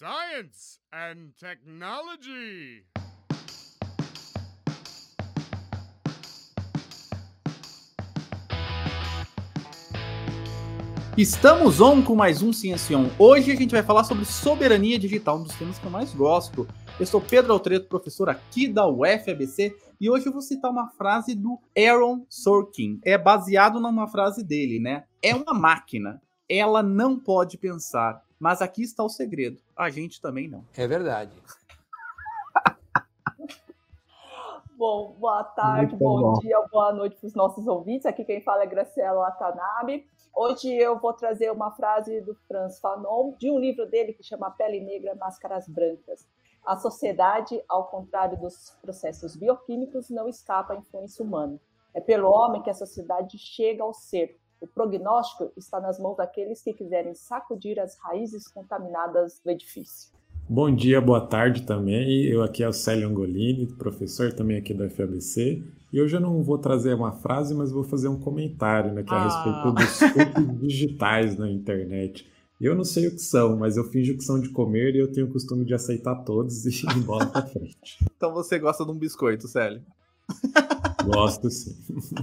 Science and Technology. Estamos on com mais um Ciência On. Hoje a gente vai falar sobre soberania digital, um dos temas que eu mais gosto. Eu sou Pedro Altreto, professor aqui da UFABC, e hoje eu vou citar uma frase do Aaron Sorkin. É baseado numa frase dele, né? É uma máquina. Ela não pode pensar. Mas aqui está o segredo. A gente também não. É verdade. Bom, boa tarde, bom dia, boa noite para os nossos ouvintes. Aqui quem fala é Graciela Watanabe. Hoje eu vou trazer uma frase do Frantz Fanon, de um livro dele que chama Pele Negra, Máscaras Brancas. A sociedade, ao contrário dos processos bioquímicos, não escapa à influência humana. É pelo homem que a sociedade chega ao ser. O prognóstico está nas mãos daqueles que quiserem sacudir as raízes contaminadas do edifício. Bom dia, boa tarde também. Eu aqui é o Célio Angolini, professor também aqui da FABC. E hoje eu não vou trazer uma frase, mas vou fazer um comentário, né, que é a respeito dos cookies digitais na internet. Eu não sei o que são, mas eu finjo que são de comer e eu tenho o costume de aceitar todos e ir bola pra frente. Então você gosta de um biscoito, Célio? Gosto, sim.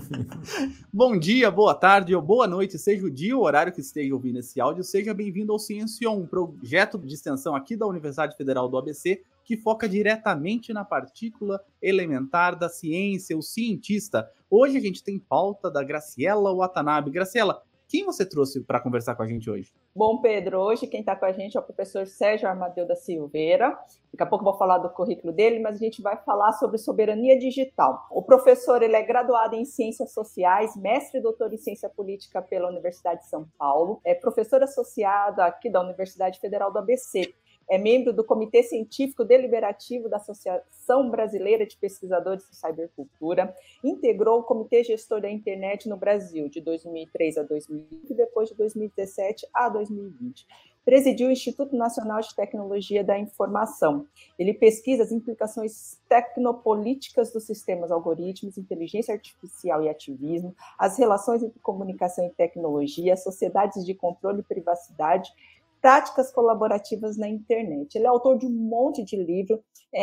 Bom dia, boa tarde ou boa noite, seja o dia ou o horário que esteja ouvindo esse áudio, seja bem-vindo ao Ciência On, um projeto de extensão aqui da Universidade Federal do ABC, que foca diretamente na partícula elementar da ciência, o cientista. Hoje a gente tem pauta da Graciela Watanabe. Graciela, quem você trouxe para conversar com a gente hoje? Bom, Pedro, hoje quem está com a gente é o professor Sérgio Armadeu da Silveira. Daqui a pouco eu vou falar do currículo dele, mas a gente vai falar sobre soberania digital. O professor ele é graduado em Ciências Sociais, mestre e doutor em Ciência Política pela Universidade de São Paulo, é professor associado aqui da Universidade Federal do ABC. É membro do Comitê Científico Deliberativo da Associação Brasileira de Pesquisadores de Cybercultura, integrou o Comitê Gestor da Internet no Brasil, de 2003 a 2020 e depois de 2017 a 2020. Presidiu o Instituto Nacional de Tecnologia da Informação. Ele pesquisa as implicações tecnopolíticas dos sistemas algorítmicos, inteligência artificial e ativismo, as relações entre comunicação e tecnologia, sociedades de controle e privacidade, práticas colaborativas na internet. Ele é autor de um monte de livros,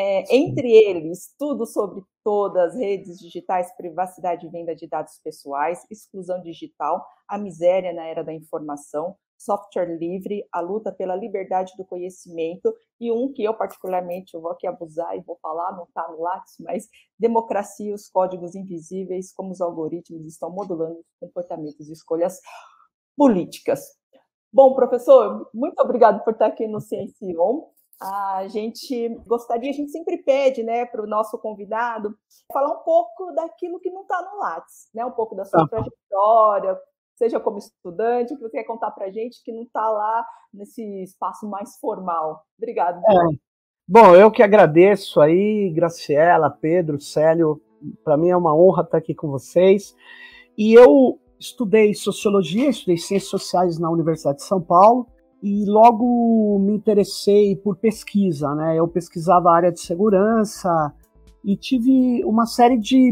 entre eles, tudo sobre todas as redes digitais, privacidade e venda de dados pessoais, exclusão digital, a miséria na era da informação, software livre, a luta pela liberdade do conhecimento, e um que eu particularmente, eu vou aqui abusar e vou falar, não está no Lattes, mas democracia, os códigos invisíveis, como os algoritmos estão modulando comportamentos e escolhas políticas. Bom, professor, muito obrigado por estar aqui no Ciência On. A gente sempre pede, né, para o nosso convidado falar um pouco daquilo que não está no Lattes, né, um pouco da sua trajetória, seja como estudante, o que você quer contar para a gente que não está lá nesse espaço mais formal. Obrigado. Bom, eu que agradeço aí, Graciela, Pedro, Célio, para mim é uma honra estar aqui com vocês. E eu estudei Sociologia, estudei Ciências Sociais na Universidade de São Paulo e logo me interessei por pesquisa, né? Eu pesquisava a área de segurança e tive uma série de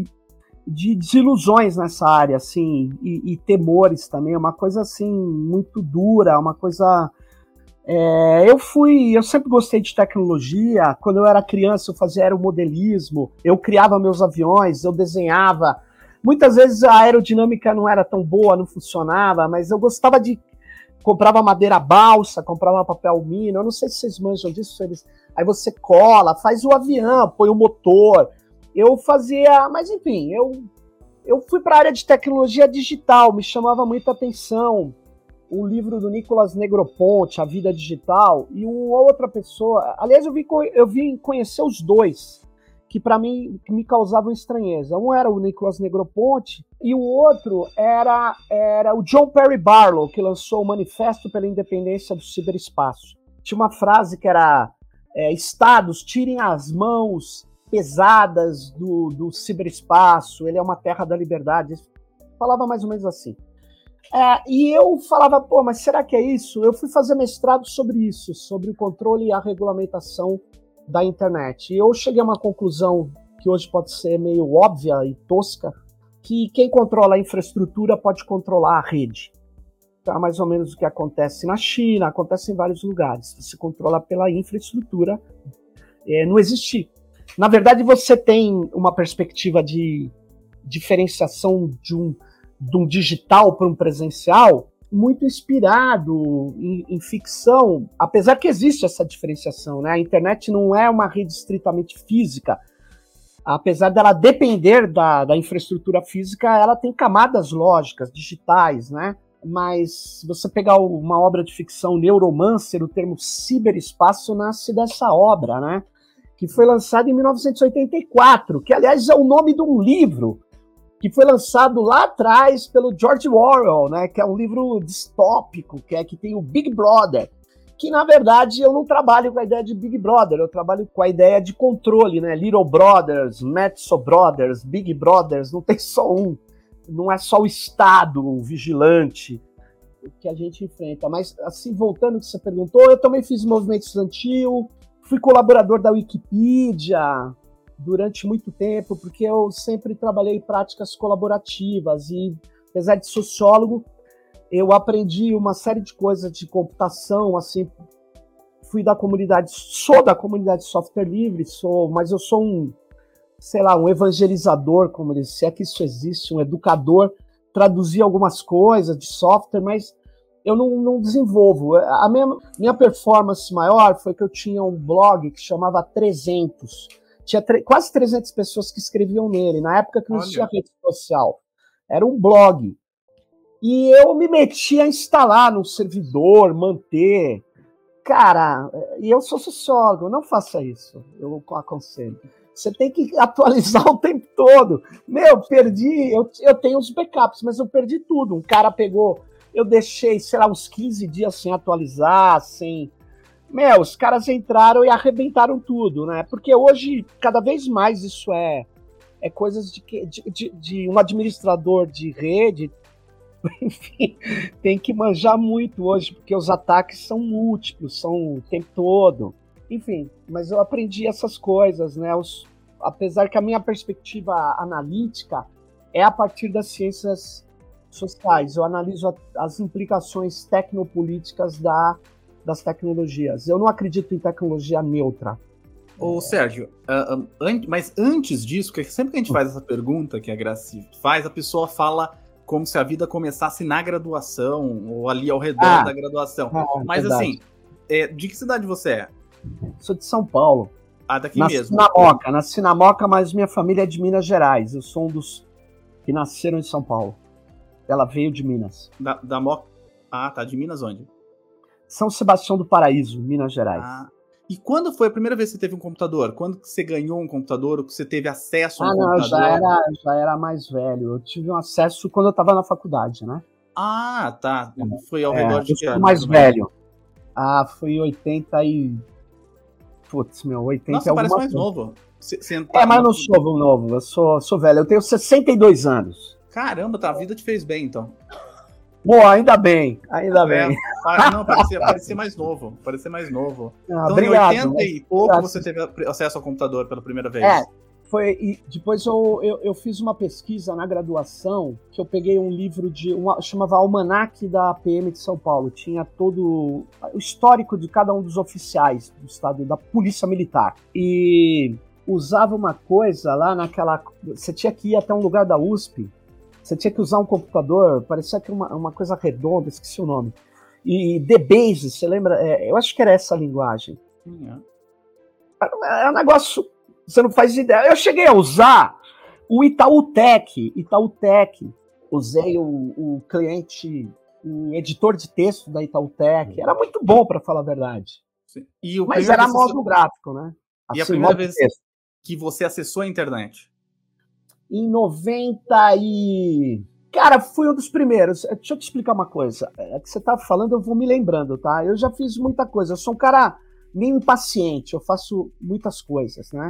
desilusões nessa área, assim, e temores também, uma coisa, assim, muito dura, uma coisa... Eu sempre gostei de tecnologia, quando eu era criança eu fazia aeromodelismo, eu criava meus aviões, eu desenhava. Muitas vezes a aerodinâmica não era tão boa, não funcionava, mas eu gostava de... Comprava madeira balsa, comprava papel alumínio, eu não sei se vocês manjam disso, aí você cola, faz o avião, põe o motor. Eu fazia... Mas enfim, eu fui para a área de tecnologia digital, me chamava muita atenção o livro do Nicolas Negroponte, A Vida Digital, e uma outra pessoa... Aliás, eu vim conhecer os dois, que para mim me causavam estranheza. Um era o Nicolas Negroponte e o outro era o John Perry Barlow, que lançou o Manifesto pela Independência do Ciberespaço. Tinha uma frase que era Estados, tirem as mãos pesadas do ciberespaço, ele é uma terra da liberdade. Falava mais ou menos assim. E eu falava, mas será que é isso? Eu fui fazer mestrado sobre isso, sobre o controle e a regulamentação da internet. E eu cheguei a uma conclusão que hoje pode ser meio óbvia e tosca, que quem controla a infraestrutura pode controlar a rede. Então, é mais ou menos o que acontece na China, acontece em vários lugares. Você controla pela infraestrutura. Não existe. Na verdade, você tem uma perspectiva de diferenciação de um digital para um presencial muito inspirado em ficção, apesar que existe essa diferenciação, né? A internet não é uma rede estritamente física. Apesar dela depender da infraestrutura física, ela tem camadas lógicas, digitais, né? Mas se você pegar uma obra de ficção, Neuromancer, o termo ciberespaço nasce dessa obra, né? Que foi lançada em 1984, que, aliás, é o nome de um livro que foi lançado lá atrás pelo George Orwell, né? Que é um livro distópico, que tem o Big Brother, que, na verdade, eu não trabalho com a ideia de Big Brother, eu trabalho com a ideia de controle, né? Little Brothers, Metso Brothers, Big Brothers, não tem só um. Não é só o Estado vigilante que a gente enfrenta. Mas, assim, voltando ao que você perguntou, eu também fiz movimento estudantil, fui colaborador da Wikipedia durante muito tempo, porque eu sempre trabalhei em práticas colaborativas e, apesar de sociólogo, eu aprendi uma série de coisas de computação, assim, sou da comunidade software livre, mas eu sou um evangelizador, se é que isso existe, um educador, traduzir algumas coisas de software, mas eu não desenvolvo. A minha performance maior foi que eu tinha um blog que chamava 300. Tinha quase 300 pessoas que escreviam nele, na época que não existia rede social. Era um blog. E eu me meti a instalar no servidor, manter. Cara, e eu sou sociólogo, não faça isso, eu aconselho. Você tem que atualizar o tempo todo. Perdi, eu tenho os backups, mas eu perdi tudo. Um cara pegou, eu deixei, uns 15 dias sem atualizar, os caras entraram e arrebentaram tudo, né? Porque hoje, cada vez mais, isso é coisas de um administrador de rede, enfim, tem que manjar muito hoje, porque os ataques são múltiplos, são o tempo todo. Enfim, mas eu aprendi essas coisas, né? Apesar que a minha perspectiva analítica é a partir das ciências sociais. Eu analiso as implicações tecnopolíticas das tecnologias. Eu não acredito em tecnologia neutra. Ô, Sérgio, mas antes disso, porque sempre que a gente faz essa pergunta que a Graci faz, a pessoa fala como se a vida começasse na graduação, ou ali ao redor da graduação. Mas verdade. Assim, de que cidade você é? Sou de São Paulo. Daqui mesmo. Nasci na Moca, mas minha família é de Minas Gerais. Eu sou um dos que nasceram em São Paulo. Ela veio de Minas. Da Moca? Ah, tá. De Minas onde? São Sebastião do Paraíso, Minas Gerais. E quando foi a primeira vez que você teve um computador? Quando que você ganhou um computador, ou que você teve acesso a um computador? Já era mais velho. Eu tive um acesso quando eu estava na faculdade, né? Ah, tá. Foi ao redor de que ano? Mais velho. Foi 80 e... Putz, 80 Nossa, parece mais novo. Mas não sou novo. Eu sou velho. Eu tenho 62 anos. Caramba, a vida te fez bem, então. Bom, ainda bem. Não, parecia mais novo. Então, obrigado, em 80 e pouco, você teve acesso ao computador pela primeira vez. E depois eu fiz uma pesquisa na graduação, que eu peguei um livro chamava Almanac da PM de São Paulo. Tinha todo o histórico de cada um dos oficiais do Estado, da Polícia Militar. E usava uma coisa lá você tinha que ir até um lugar da USP, você tinha que usar um computador, parecia que uma coisa redonda, esqueci o nome. E DBase, você lembra? Eu acho que era essa a linguagem. É um negócio... Você não faz ideia. Eu cheguei a usar o Itautec. Usei o cliente, o editor de texto da Itautec. Era muito bom, para falar a verdade. Mas era módulo gráfico, né? E a primeira vez que você acessou a internet? Em 90 e... Cara, fui um dos primeiros. Deixa eu te explicar uma coisa. Que você estava falando, eu vou me lembrando, tá? Eu já fiz muita coisa. Eu sou um cara meio impaciente. Eu faço muitas coisas, né?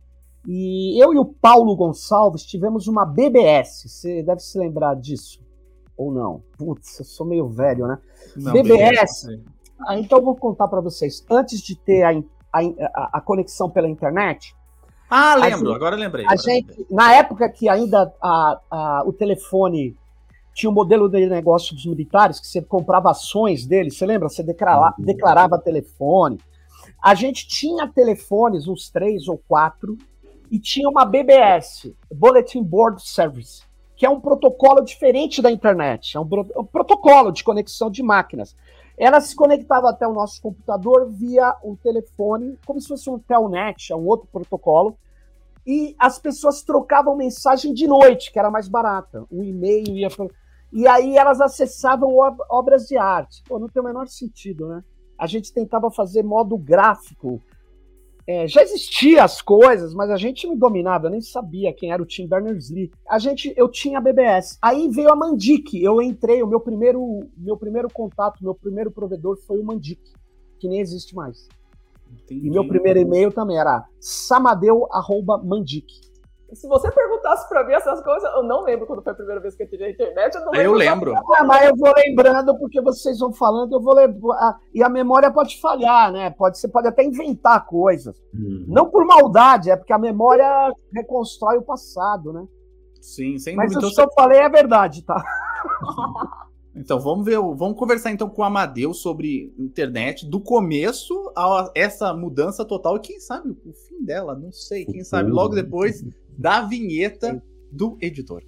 E eu e o Paulo Gonçalves tivemos uma BBS. Você deve se lembrar disso. Ou não? Putz, eu sou meio velho, né? Não, BBS. Então eu vou contar para vocês. Antes de ter a conexão pela internet... lembro. Agora lembrei. Na época que ainda o telefone tinha um modelo de negócio dos militares, que você comprava ações deles, você lembra? Você declarava telefone. A gente tinha telefones, uns 3 ou 4, e tinha uma BBS, Bulletin Board Service, que é um protocolo diferente da internet, é um protocolo de conexão de máquinas. Ela se conectava até o nosso computador via um telefone, como se fosse um telnet, é um outro protocolo, e as pessoas trocavam mensagem de noite, que era mais barata. Um e-mail ia... E aí elas acessavam obras de arte. Pô, não tem o menor sentido, né? A gente tentava fazer modo gráfico. Já existiam as coisas, mas a gente não dominava, eu nem sabia quem era o Tim Berners-Lee. Eu tinha a BBS. Aí veio a Mandic. Eu entrei, o meu primeiro contato, meu primeiro provedor foi o Mandic, que nem existe mais. Entendi. E meu primeiro e-mail também era samadeu@mandic. Se você perguntasse pra mim essas coisas, eu não lembro quando foi a primeira vez que eu tive a internet. Eu lembro. Mas eu vou lembrando, porque vocês vão falando, eu vou lembrar. E a memória pode falhar, né? Você pode até inventar coisas. Não por maldade, é porque a memória reconstrói o passado, né? Sim, sem dúvida. Mas o que eu falei é verdade, tá? Então, vamos conversar então com o Amadeu sobre internet, do começo a essa mudança total, e quem sabe o fim dela, não sei, quem sabe logo depois da vinheta do editor.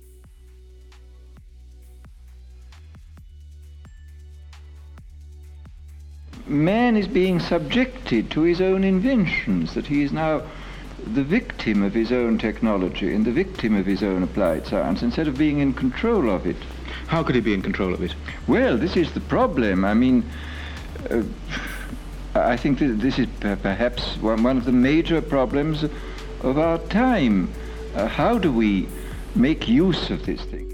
Man is being subjected to his own inventions, that he is now the victim of his own technology and the victim of his own applied science, instead of being in control of it. How could he be in control of it? Well, this is the problem. I mean, I think this is perhaps one of the major problems of our time. How do we make use of this thing?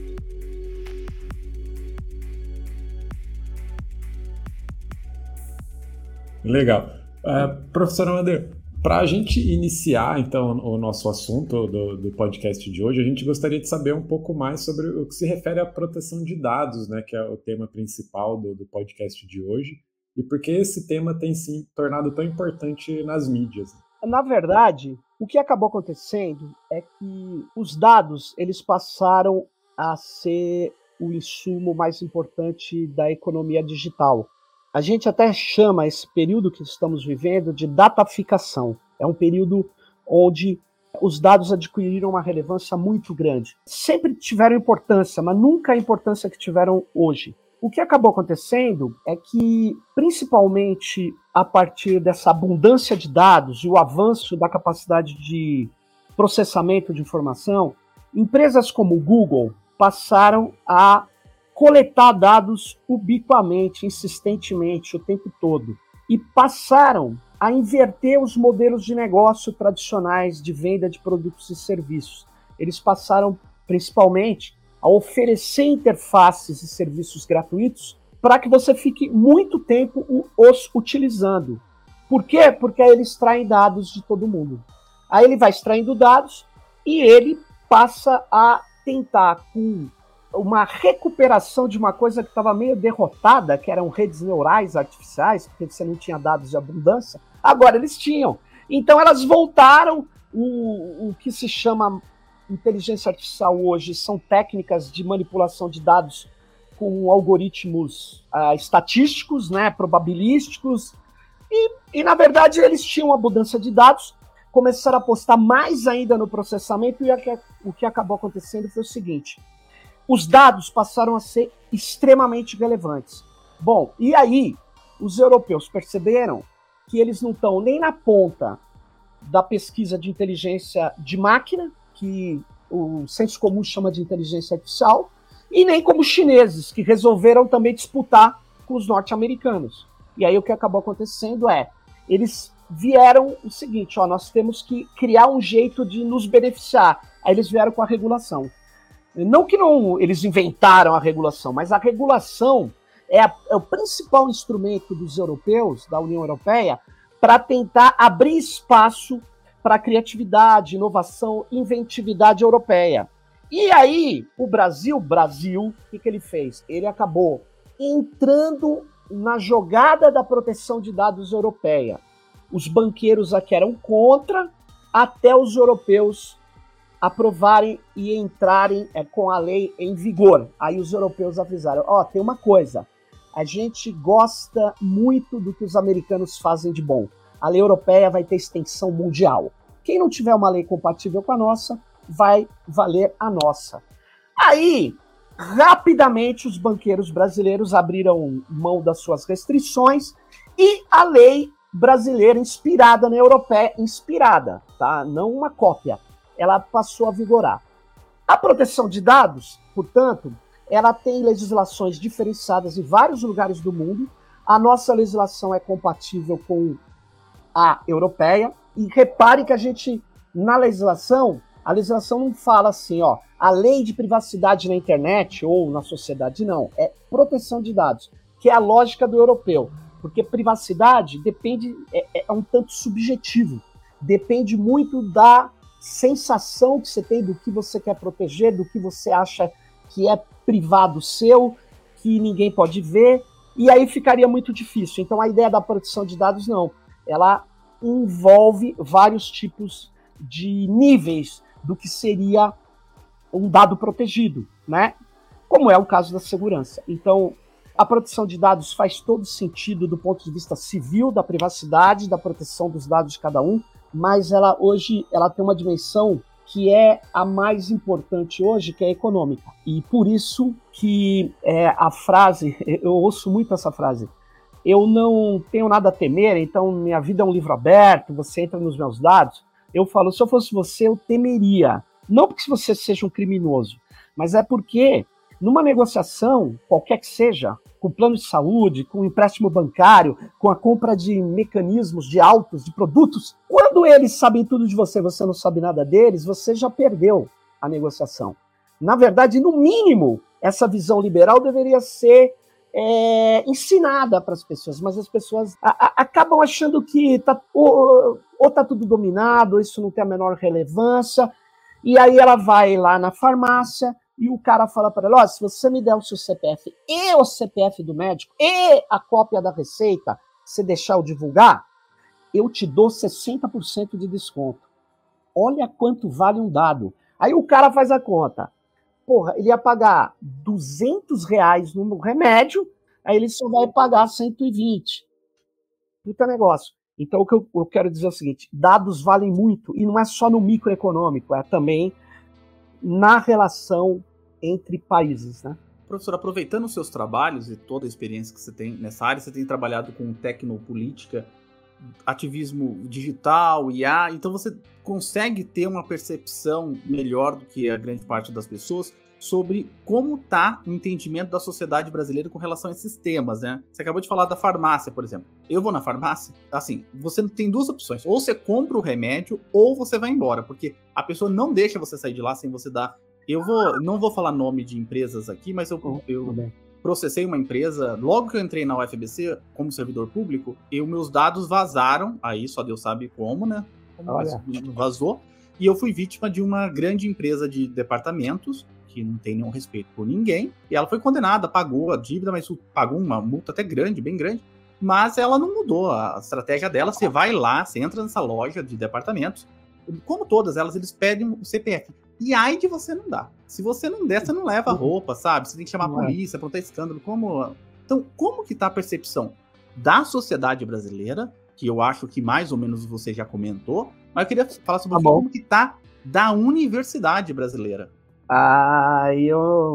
Legal. Professor Amadeu, para a gente iniciar, então, o nosso assunto do podcast de hoje, a gente gostaria de saber um pouco mais sobre o que se refere à proteção de dados, né, que é o tema principal do podcast de hoje, e por que esse tema tem se tornado tão importante nas mídias. Na verdade, o que acabou acontecendo é que os dados eles passaram a ser o insumo mais importante da economia digital. A gente até chama esse período que estamos vivendo de dataficação. É um período onde os dados adquiriram uma relevância muito grande. Sempre tiveram importância, mas nunca a importância que tiveram hoje. O que acabou acontecendo é que, principalmente a partir dessa abundância de dados e o avanço da capacidade de processamento de informação, empresas como o Google passaram a coletar dados ubiquamente, insistentemente, o tempo todo, e passaram a inverter os modelos de negócio tradicionais de venda de produtos e serviços. Eles passaram, principalmente, a oferecer interfaces e serviços gratuitos para que você fique muito tempo os utilizando. Por quê? Porque aí ele extrai dados de todo mundo. Aí ele vai extraindo dados e ele passa a tentar, com uma recuperação de uma coisa que estava meio derrotada, que eram redes neurais artificiais, porque você não tinha dados de abundância, agora eles tinham. Então elas voltaram, o que se chama inteligência artificial hoje são técnicas de manipulação de dados com algoritmos estatísticos, né, probabilísticos, e na verdade eles tinham abundância de dados, começaram a apostar mais ainda no processamento, e o que acabou acontecendo foi o seguinte: os dados passaram a ser extremamente relevantes. Bom, e aí os europeus perceberam que eles não estão nem na ponta da pesquisa de inteligência de máquina, que o senso comum chama de inteligência artificial, e nem como os chineses, que resolveram também disputar com os norte-americanos. E aí o que acabou acontecendo é, eles vieram o seguinte, nós temos que criar um jeito de nos beneficiar. Aí eles vieram com a regulação. Não que eles inventaram a regulação, mas a regulação é o principal instrumento dos europeus, da União Europeia, para tentar abrir espaço para a criatividade, inovação, inventividade europeia. E aí, o Brasil, o que ele fez? Ele acabou entrando na jogada da proteção de dados europeia. Os banqueiros aqui eram contra, até os europeus aprovarem e entrarem com a lei em vigor. Aí os europeus avisaram, tem uma coisa, a gente gosta muito do que os americanos fazem de bom. A lei europeia vai ter extensão mundial. Quem não tiver uma lei compatível com a nossa, vai valer a nossa. Aí, rapidamente, os banqueiros brasileiros abriram mão das suas restrições e a lei brasileira, inspirada na europeia, inspirada, tá? Não uma cópia, ela passou a vigorar. A proteção de dados, portanto, ela tem legislações diferenciadas em vários lugares do mundo. A nossa legislação é compatível com a europeia. E repare que a legislação não fala assim, a lei de privacidade na internet ou na sociedade, não. É proteção de dados, que é a lógica do europeu. Porque privacidade é um tanto subjetivo. Depende muito da sensação que você tem do que você quer proteger, do que você acha que é privado seu, que ninguém pode ver, e aí ficaria muito difícil. Então a ideia da proteção de dados, não. Ela envolve vários tipos de níveis do que seria um dado protegido, né? Como é o caso da segurança. Então, a proteção de dados faz todo sentido do ponto de vista civil, da privacidade, da proteção dos dados de cada um, mas hoje ela tem uma dimensão que é a mais importante hoje, que é a econômica. E por isso que a frase, eu ouço muito essa frase, eu não tenho nada a temer, então minha vida é um livro aberto, você entra nos meus dados. Eu falo, se eu fosse você, eu temeria. Não porque você seja um criminoso, mas é porque numa negociação, qualquer que seja, com plano de saúde, com empréstimo bancário, com a compra de mecanismos, de autos, de produtos, quando eles sabem tudo de você, você não sabe nada deles, você já perdeu a negociação. Na verdade, no mínimo, essa visão liberal deveria ser ensinada para as pessoas, mas as pessoas acabam achando que ou tá tudo dominado, isso não tem a menor relevância, e aí ela vai lá na farmácia e o cara fala para ela, se você me der o seu CPF e o CPF do médico e a cópia da receita, se deixar eu divulgar, eu te dou 60% de desconto. Olha quanto vale um dado. Aí o cara faz a conta. Porra, ele ia pagar R$200 no remédio, aí ele só vai pagar 120. Puta negócio. Então o que eu quero dizer é o seguinte, dados valem muito, e não é só no microeconômico, é também na relação entre países, né? Professor, aproveitando os seus trabalhos e toda a experiência que você tem nessa área, você tem trabalhado com tecnopolítica, ativismo digital, IA, então você consegue ter uma percepção melhor do que a grande parte das pessoas sobre como está o entendimento da sociedade brasileira com relação a esses temas, né? Você acabou de falar da farmácia, por exemplo. Eu vou na farmácia, assim, você tem duas opções. Ou você compra o remédio, ou você vai embora, porque a pessoa não deixa você sair de lá sem você dar... não vou falar nome de empresas aqui, mas eu processei uma empresa, logo que eu entrei na UFABC como servidor público, meus dados vazaram, aí só Deus sabe como, né? Vazou, e eu fui vítima de uma grande empresa de departamentos, que não tem nenhum respeito por ninguém, e ela foi condenada, pagou a dívida, mas pagou uma multa até grande, bem grande, mas ela não mudou a estratégia dela. Você vai lá, você entra nessa loja de departamentos, como todas elas, eles pedem o CPF, e aí de você não dá. Se você não der, você não leva a roupa, sabe? Você tem que chamar a polícia, aprontar escândalo. Então, como que tá a percepção da sociedade brasileira, que eu acho que mais ou menos você já comentou, mas eu queria falar sobre como que tá da universidade brasileira. Aí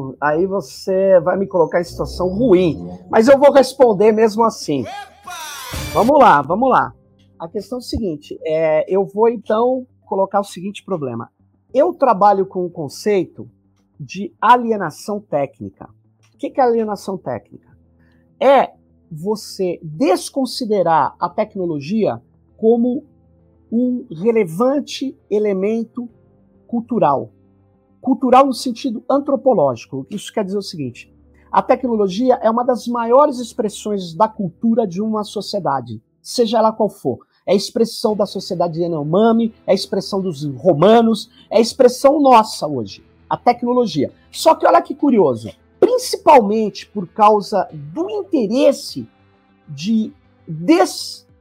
você vai me colocar em situação ruim, mas eu vou responder mesmo assim. Vamos lá. A questão é o seguinte, eu vou então colocar o seguinte problema. Eu trabalho com o conceito de alienação técnica. O que é alienação técnica? É você desconsiderar a tecnologia como um relevante elemento cultural. Cultural no sentido antropológico. Isso quer dizer o seguinte, a tecnologia é uma das maiores expressões da cultura de uma sociedade, seja ela qual for. É a expressão da sociedade Yanomami, é a expressão dos romanos, é a expressão nossa hoje, a tecnologia. Só que olha que curioso, principalmente por causa do interesse de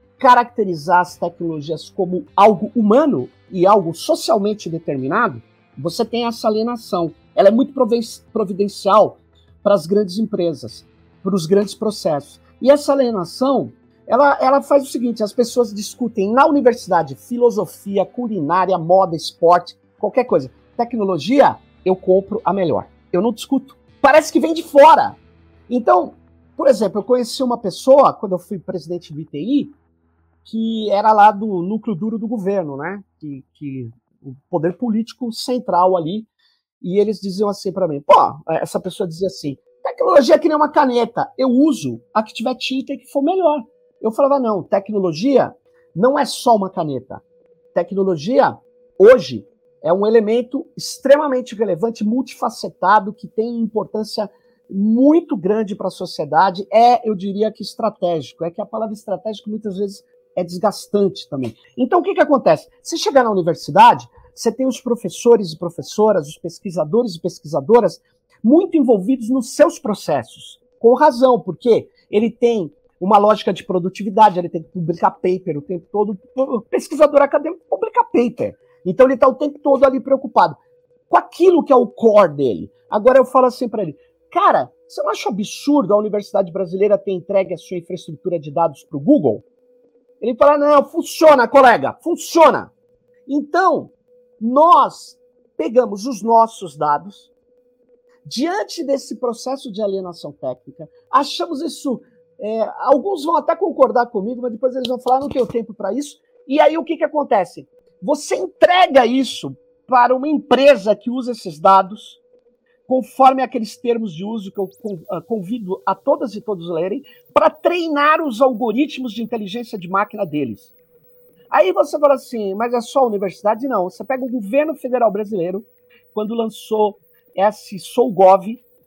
descaracterizar as tecnologias como algo humano e algo socialmente determinado, você tem essa alienação. Ela é muito providencial para as grandes empresas, para os grandes processos. E essa alienação, ela faz o seguinte, as pessoas discutem na universidade filosofia, culinária, moda, esporte, qualquer coisa. Tecnologia, eu compro a melhor. Eu não discuto. Parece que vem de fora. Então, por exemplo, eu conheci uma pessoa, quando eu fui presidente do ITI, que era lá do núcleo duro do governo, né? Que o poder político central ali, e eles diziam assim para mim, essa pessoa dizia assim, tecnologia é que nem uma caneta, eu uso a que tiver tinta e que for melhor. Eu falava, não, tecnologia não é só uma caneta. Tecnologia, hoje, é um elemento extremamente relevante, multifacetado, que tem importância muito grande para a sociedade, eu diria que estratégico. É que a palavra estratégico muitas vezes é desgastante também. Então, o que acontece? Você chegar na universidade, você tem os professores e professoras, os pesquisadores e pesquisadoras muito envolvidos nos seus processos. Com razão, porque ele tem uma lógica de produtividade, ele tem que publicar paper o tempo todo. O pesquisador acadêmico publica paper. Então, ele está o tempo todo ali preocupado com aquilo que é o core dele. Agora, eu falo assim para ele, cara, você não acha absurdo a universidade brasileira ter entregue a sua infraestrutura de dados para o Google? Ele fala, não, funciona, colega, funciona. Então, nós pegamos os nossos dados, diante desse processo de alienação técnica, achamos isso, alguns vão até concordar comigo, mas depois eles vão falar, não tenho tempo para isso. E aí o que acontece? Você entrega isso para uma empresa que usa esses dados, conforme aqueles termos de uso que eu convido a todas e todos lerem, para treinar os algoritmos de inteligência de máquina deles. Aí você fala assim, mas é só a universidade? Não, você pega o governo federal brasileiro, quando lançou esse SouGov,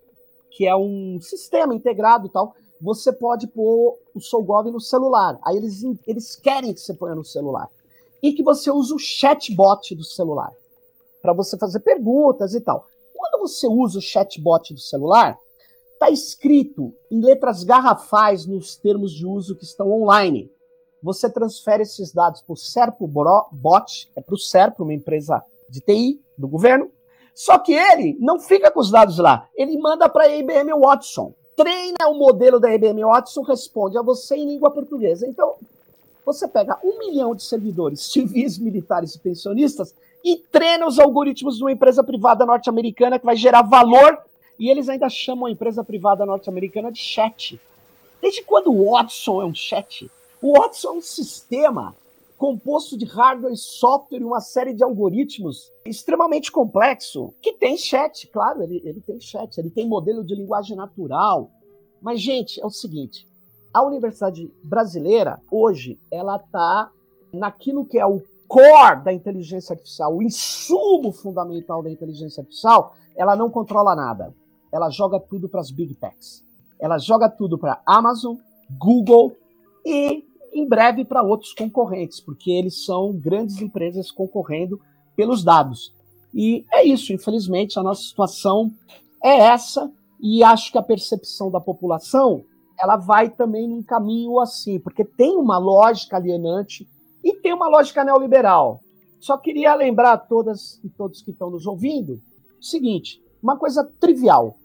que é um sistema integrado e tal, você pode pôr o SouGov no celular. Aí eles querem que você ponha no celular. E que você use o chatbot do celular, para você fazer perguntas e tal. Quando você usa o chatbot do celular, está escrito em letras garrafais nos termos de uso que estão online. Você transfere esses dados para o SerpoBot, para o Serpo, uma empresa de TI do governo, só que ele não fica com os dados lá, ele manda para a IBM Watson. Treina o modelo da IBM Watson, responde a você em língua portuguesa. Então, você pega 1 milhão de servidores civis, militares e pensionistas e treina os algoritmos de uma empresa privada norte-americana que vai gerar valor, e eles ainda chamam a empresa privada norte-americana de chat. Desde quando o Watson é um chat? O Watson é um sistema composto de hardware e software e uma série de algoritmos extremamente complexo, que tem chat, claro, ele tem chat, ele tem modelo de linguagem natural. Mas, gente, é o seguinte, a universidade brasileira, hoje, ela está naquilo que é o core da inteligência artificial, o insumo fundamental da inteligência artificial, ela não controla nada. Ela joga tudo para as big techs. Ela joga tudo para Amazon, Google e, em breve, para outros concorrentes, porque eles são grandes empresas concorrendo pelos dados. E é isso, infelizmente, a nossa situação é essa, e acho que a percepção da população, ela vai também num caminho assim, porque tem uma lógica alienante e tem uma lógica neoliberal. Só queria lembrar a todas e todos que estão nos ouvindo o seguinte, uma coisa trivial.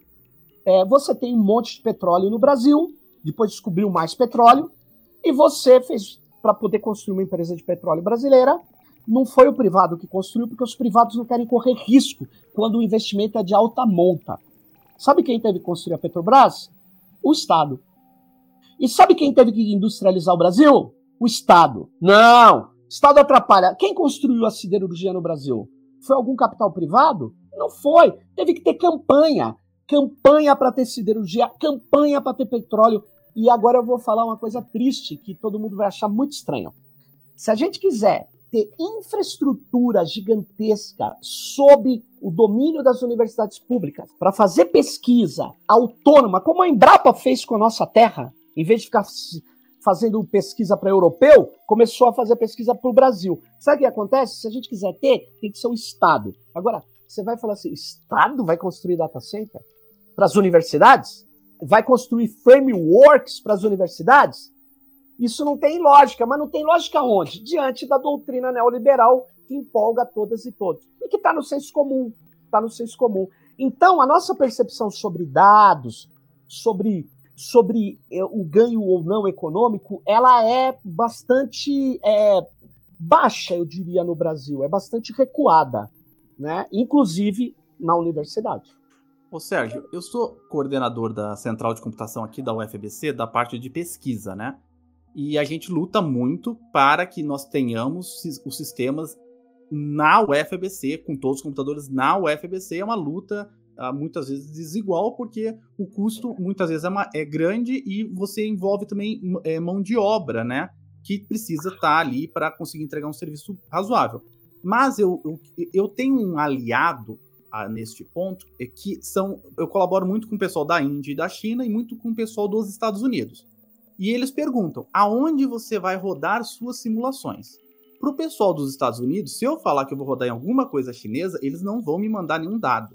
Você tem um monte de petróleo no Brasil, depois descobriu mais petróleo, e você fez, para poder construir uma empresa de petróleo brasileira, não foi o privado que construiu, porque os privados não querem correr risco quando o investimento é de alta monta. Sabe quem teve que construir a Petrobras? O Estado. E sabe quem teve que industrializar o Brasil? O Estado. Não! O Estado atrapalha. Quem construiu a siderurgia no Brasil? Foi algum capital privado? Não foi. Teve que ter campanha. Campanha para ter siderurgia, campanha para ter petróleo. E agora eu vou falar uma coisa triste, que todo mundo vai achar muito estranho. Se a gente quiser ter infraestrutura gigantesca sob o domínio das universidades públicas para fazer pesquisa autônoma, como a Embrapa fez com a nossa terra, em vez de ficar fazendo pesquisa para europeu, começou a fazer pesquisa para o Brasil. Sabe o que acontece? Se a gente quiser ter, tem que ser o Estado. Agora, você vai falar assim, o Estado vai construir data center para as universidades? Vai construir frameworks para as universidades? Isso não tem lógica, mas não tem lógica onde? Diante da doutrina neoliberal que empolga todas e todos. E que está no senso comum. Está no senso comum. Então, a nossa percepção sobre dados, sobre o ganho ou não econômico, ela é bastante baixa, eu diria, no Brasil. É bastante recuada, né? Inclusive na universidade. Ô Sérgio, eu sou coordenador da Central de Computação aqui da UFABC, da parte de pesquisa, né? E a gente luta muito para que nós tenhamos os sistemas na UFABC, com todos os computadores na UFABC. É uma luta muitas vezes desigual, porque o custo muitas vezes é grande e você envolve também mão de obra, né? Que precisa estar ali para conseguir entregar um serviço razoável. Mas eu tenho um aliado neste ponto, eu colaboro muito com o pessoal da Índia e da China e muito com o pessoal dos Estados Unidos. E eles perguntam, aonde você vai rodar suas simulações? Para o pessoal dos Estados Unidos, se eu falar que eu vou rodar em alguma coisa chinesa, eles não vão me mandar nenhum dado.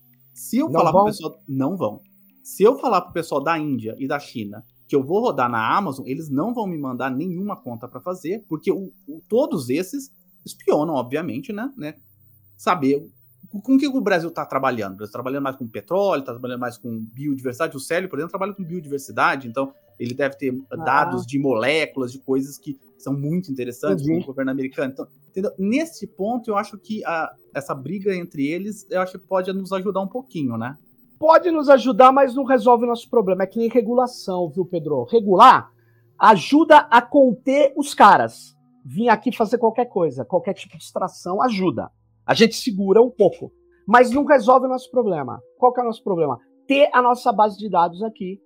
Se eu falar para o pessoal, não vão. Se eu falar para o pessoal da Índia e da China que eu vou rodar na Amazon, eles não vão me mandar nenhuma conta para fazer, porque todos esses espionam, obviamente, né? Saber com que o Brasil está trabalhando. O Brasil está trabalhando mais com petróleo, está trabalhando mais com biodiversidade. O Célio, por exemplo, trabalha com biodiversidade, então ele deve ter dados de moléculas, de coisas que são muito interessantes para o governo americano. Então, entendeu? Nesse ponto, eu acho que essa briga entre eles, eu acho que pode nos ajudar um pouquinho, né? Pode nos ajudar, mas não resolve o nosso problema. É que nem regulação, viu, Pedro? Regular ajuda a conter os caras. Vir aqui fazer qualquer coisa, qualquer tipo de distração ajuda. A gente segura um pouco, mas não resolve o nosso problema. Qual que é o nosso problema? Ter a nossa base de dados aqui.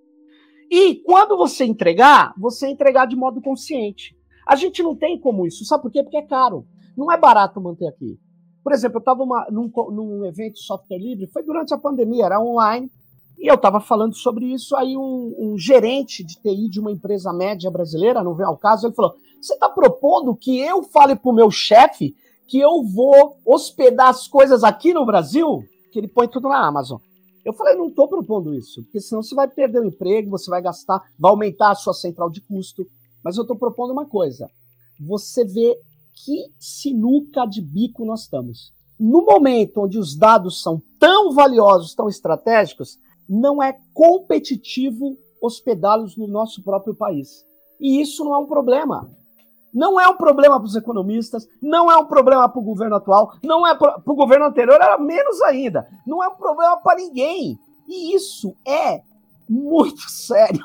E quando você entregar de modo consciente. A gente não tem como isso. Sabe por quê? Porque é caro. Não é barato manter aqui. Por exemplo, eu estava num evento de software livre, foi durante a pandemia, era online, e eu estava falando sobre isso, aí um gerente de TI de uma empresa média brasileira, não vem ao caso, ele falou, você está propondo que eu fale para o meu chefe que eu vou hospedar as coisas aqui no Brasil? Que ele põe tudo na Amazon. Eu falei, não estou propondo isso, porque senão você vai perder o emprego, você vai gastar, vai aumentar a sua central de custo, mas eu estou propondo uma coisa, você vê que sinuca de bico nós estamos. No momento onde os dados são tão valiosos, tão estratégicos, não é competitivo hospedá-los no nosso próprio país. E isso não é um problema. Não é um problema para os economistas, não é um problema para o governo atual, não é para o governo anterior, era menos ainda. Não é um problema para ninguém. E isso é muito sério.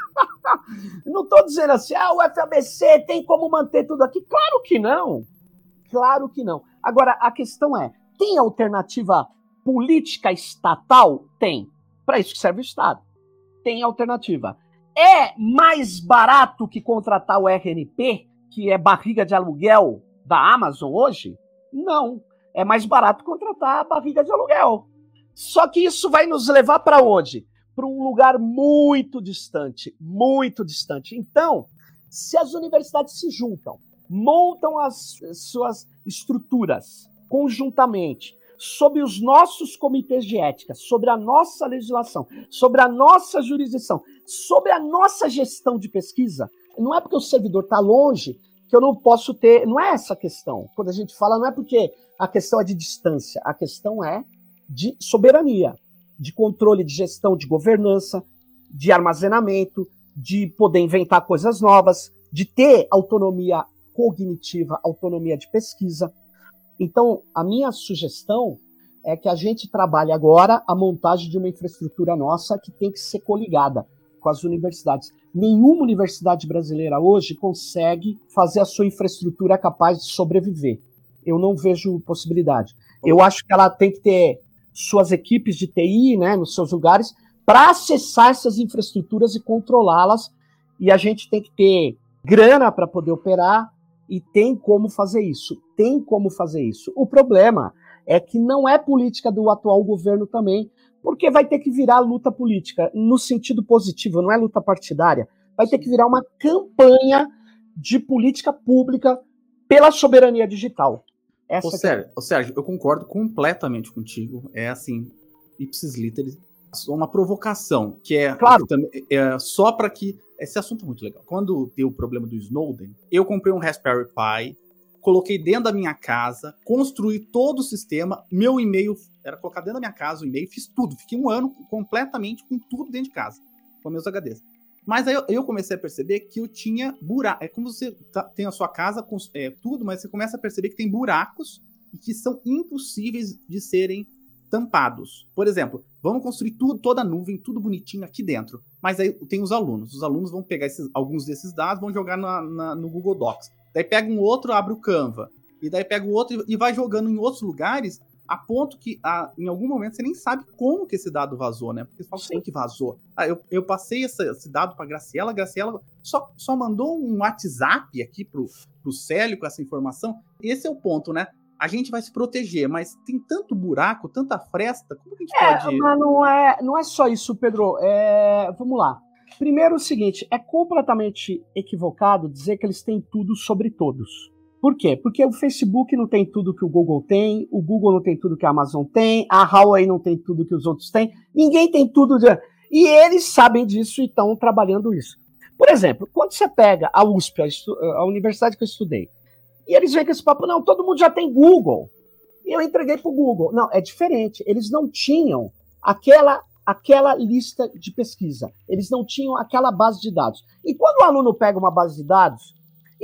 Não estou dizendo assim, o UFABC tem como manter tudo aqui. Claro que não. Claro que não. Agora, a questão é, tem alternativa política estatal? Tem. Para isso que serve o Estado. Tem alternativa. É mais barato que contratar o RNP, que é barriga de aluguel da Amazon hoje? Não. É mais barato contratar a barriga de aluguel. Só que isso vai nos levar para onde? Para um lugar muito distante, muito distante. Então, se as universidades se juntam, montam as suas estruturas conjuntamente, sob os nossos comitês de ética, sobre a nossa legislação, sobre a nossa jurisdição, sobre a nossa gestão de pesquisa, não é porque o servidor está longe que eu não posso ter, não é essa a questão. Quando a gente fala, não é porque a questão é de distância, a questão é de soberania, de controle, de gestão, de governança, de armazenamento, de poder inventar coisas novas, de ter autonomia cognitiva, autonomia de pesquisa. Então, a minha sugestão é que a gente trabalhe agora a montagem de uma infraestrutura nossa que tem que ser coligada com as universidades. Nenhuma universidade brasileira hoje consegue fazer a sua infraestrutura capaz de sobreviver. Eu não vejo possibilidade. Eu acho que ela tem que ter suas equipes de TI, né, nos seus lugares, para acessar essas infraestruturas e controlá-las, e a gente tem que ter grana para poder operar, e tem como fazer isso. Tem como fazer isso. O problema é que não é política do atual governo também, porque vai ter que virar luta política, no sentido positivo, não é luta partidária, vai ter que virar uma campanha de política pública pela soberania digital. Sérgio, eu concordo completamente contigo. É assim, ipsis literis, uma provocação, que é, claro, só para que esse assunto é muito legal. Quando deu o problema do Snowden, eu comprei um Raspberry Pi, coloquei dentro da minha casa, construí todo o sistema, meu e-mail era colocar dentro da minha casa o e-mail, fiz tudo, fiquei um ano completamente com tudo dentro de casa, com meus HDs. Mas aí eu comecei a perceber que eu tinha buracos. É como você tem a sua casa com tudo, mas você começa a perceber que tem buracos e que são impossíveis de serem tampados. Por exemplo, vamos construir tudo, toda a nuvem, tudo bonitinho aqui dentro. Mas aí tem os alunos. Os alunos vão pegar alguns desses dados, vão jogar no Google Docs. Daí pega um outro, abre o Canva. E daí pega o outro e vai jogando em outros lugares, a ponto que em algum momento você nem sabe como que esse dado vazou, né? Porque você fala, como que vazou? Eu passei esse dado para Graciela só mandou um WhatsApp aqui pro Célio com essa informação. Esse é o ponto, né? A gente vai se proteger, mas tem tanto buraco, tanta fresta, como que a gente pode... Mas não é só isso, Pedro. Vamos lá. Primeiro, o seguinte, é completamente equivocado dizer que eles têm tudo sobre todos. Por quê? Porque o Facebook não tem tudo que o Google tem, o Google não tem tudo que a Amazon tem, a Huawei não tem tudo que os outros têm, ninguém tem tudo. E eles sabem disso e estão trabalhando isso. Por exemplo, quando você pega a USP, a universidade que eu estudei, e eles vêm com esse papo, não, todo mundo já tem Google. E eu entreguei para o Google. Não, é diferente. Eles não tinham aquela lista de pesquisa. Eles não tinham aquela base de dados. E quando o aluno pega uma base de dados,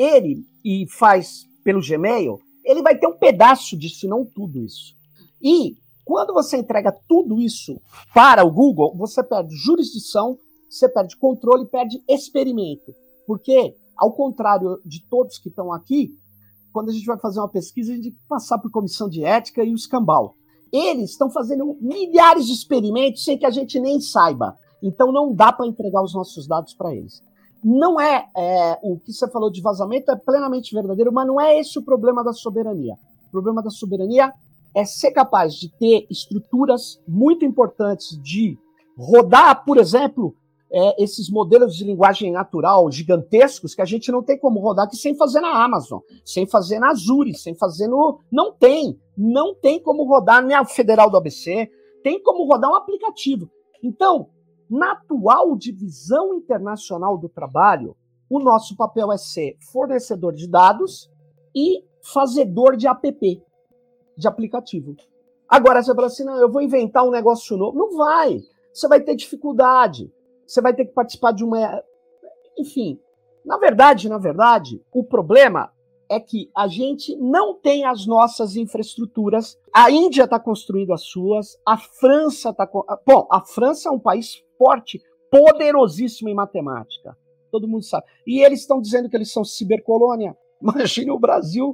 e faz pelo Gmail, ele vai ter um pedaço disso, se não tudo isso. E quando você entrega tudo isso para o Google, você perde jurisdição, você perde controle, perde experimento. Porque, ao contrário de todos que estão aqui, quando a gente vai fazer uma pesquisa, a gente tem que passar por comissão de ética e o escambau. Eles estão fazendo milhares de experimentos sem que a gente nem saiba. Então não dá para entregar os nossos dados para eles. Não o que você falou de vazamento é plenamente verdadeiro, mas não é esse o problema da soberania. O problema da soberania é ser capaz de ter estruturas muito importantes de rodar, por exemplo, esses modelos de linguagem natural gigantescos que a gente não tem como rodar aqui sem fazer na Amazon, sem fazer na Azure, sem fazer no... Não tem como rodar na Federal do ABC, tem como rodar um aplicativo. Então, na atual divisão internacional do trabalho, o nosso papel é ser fornecedor de dados e fazedor de app, de aplicativo. Agora, você fala assim, não, eu vou inventar um negócio novo. Não vai. Você vai ter dificuldade. Você vai ter que participar de uma... Enfim, na verdade, o problema é que a gente não tem as nossas infraestruturas. A Índia está construindo as suas, a França está... Bom, a França é um país forte, poderosíssimo em matemática. Todo mundo sabe. E eles estão dizendo que eles são cibercolônia. Imagine o Brasil.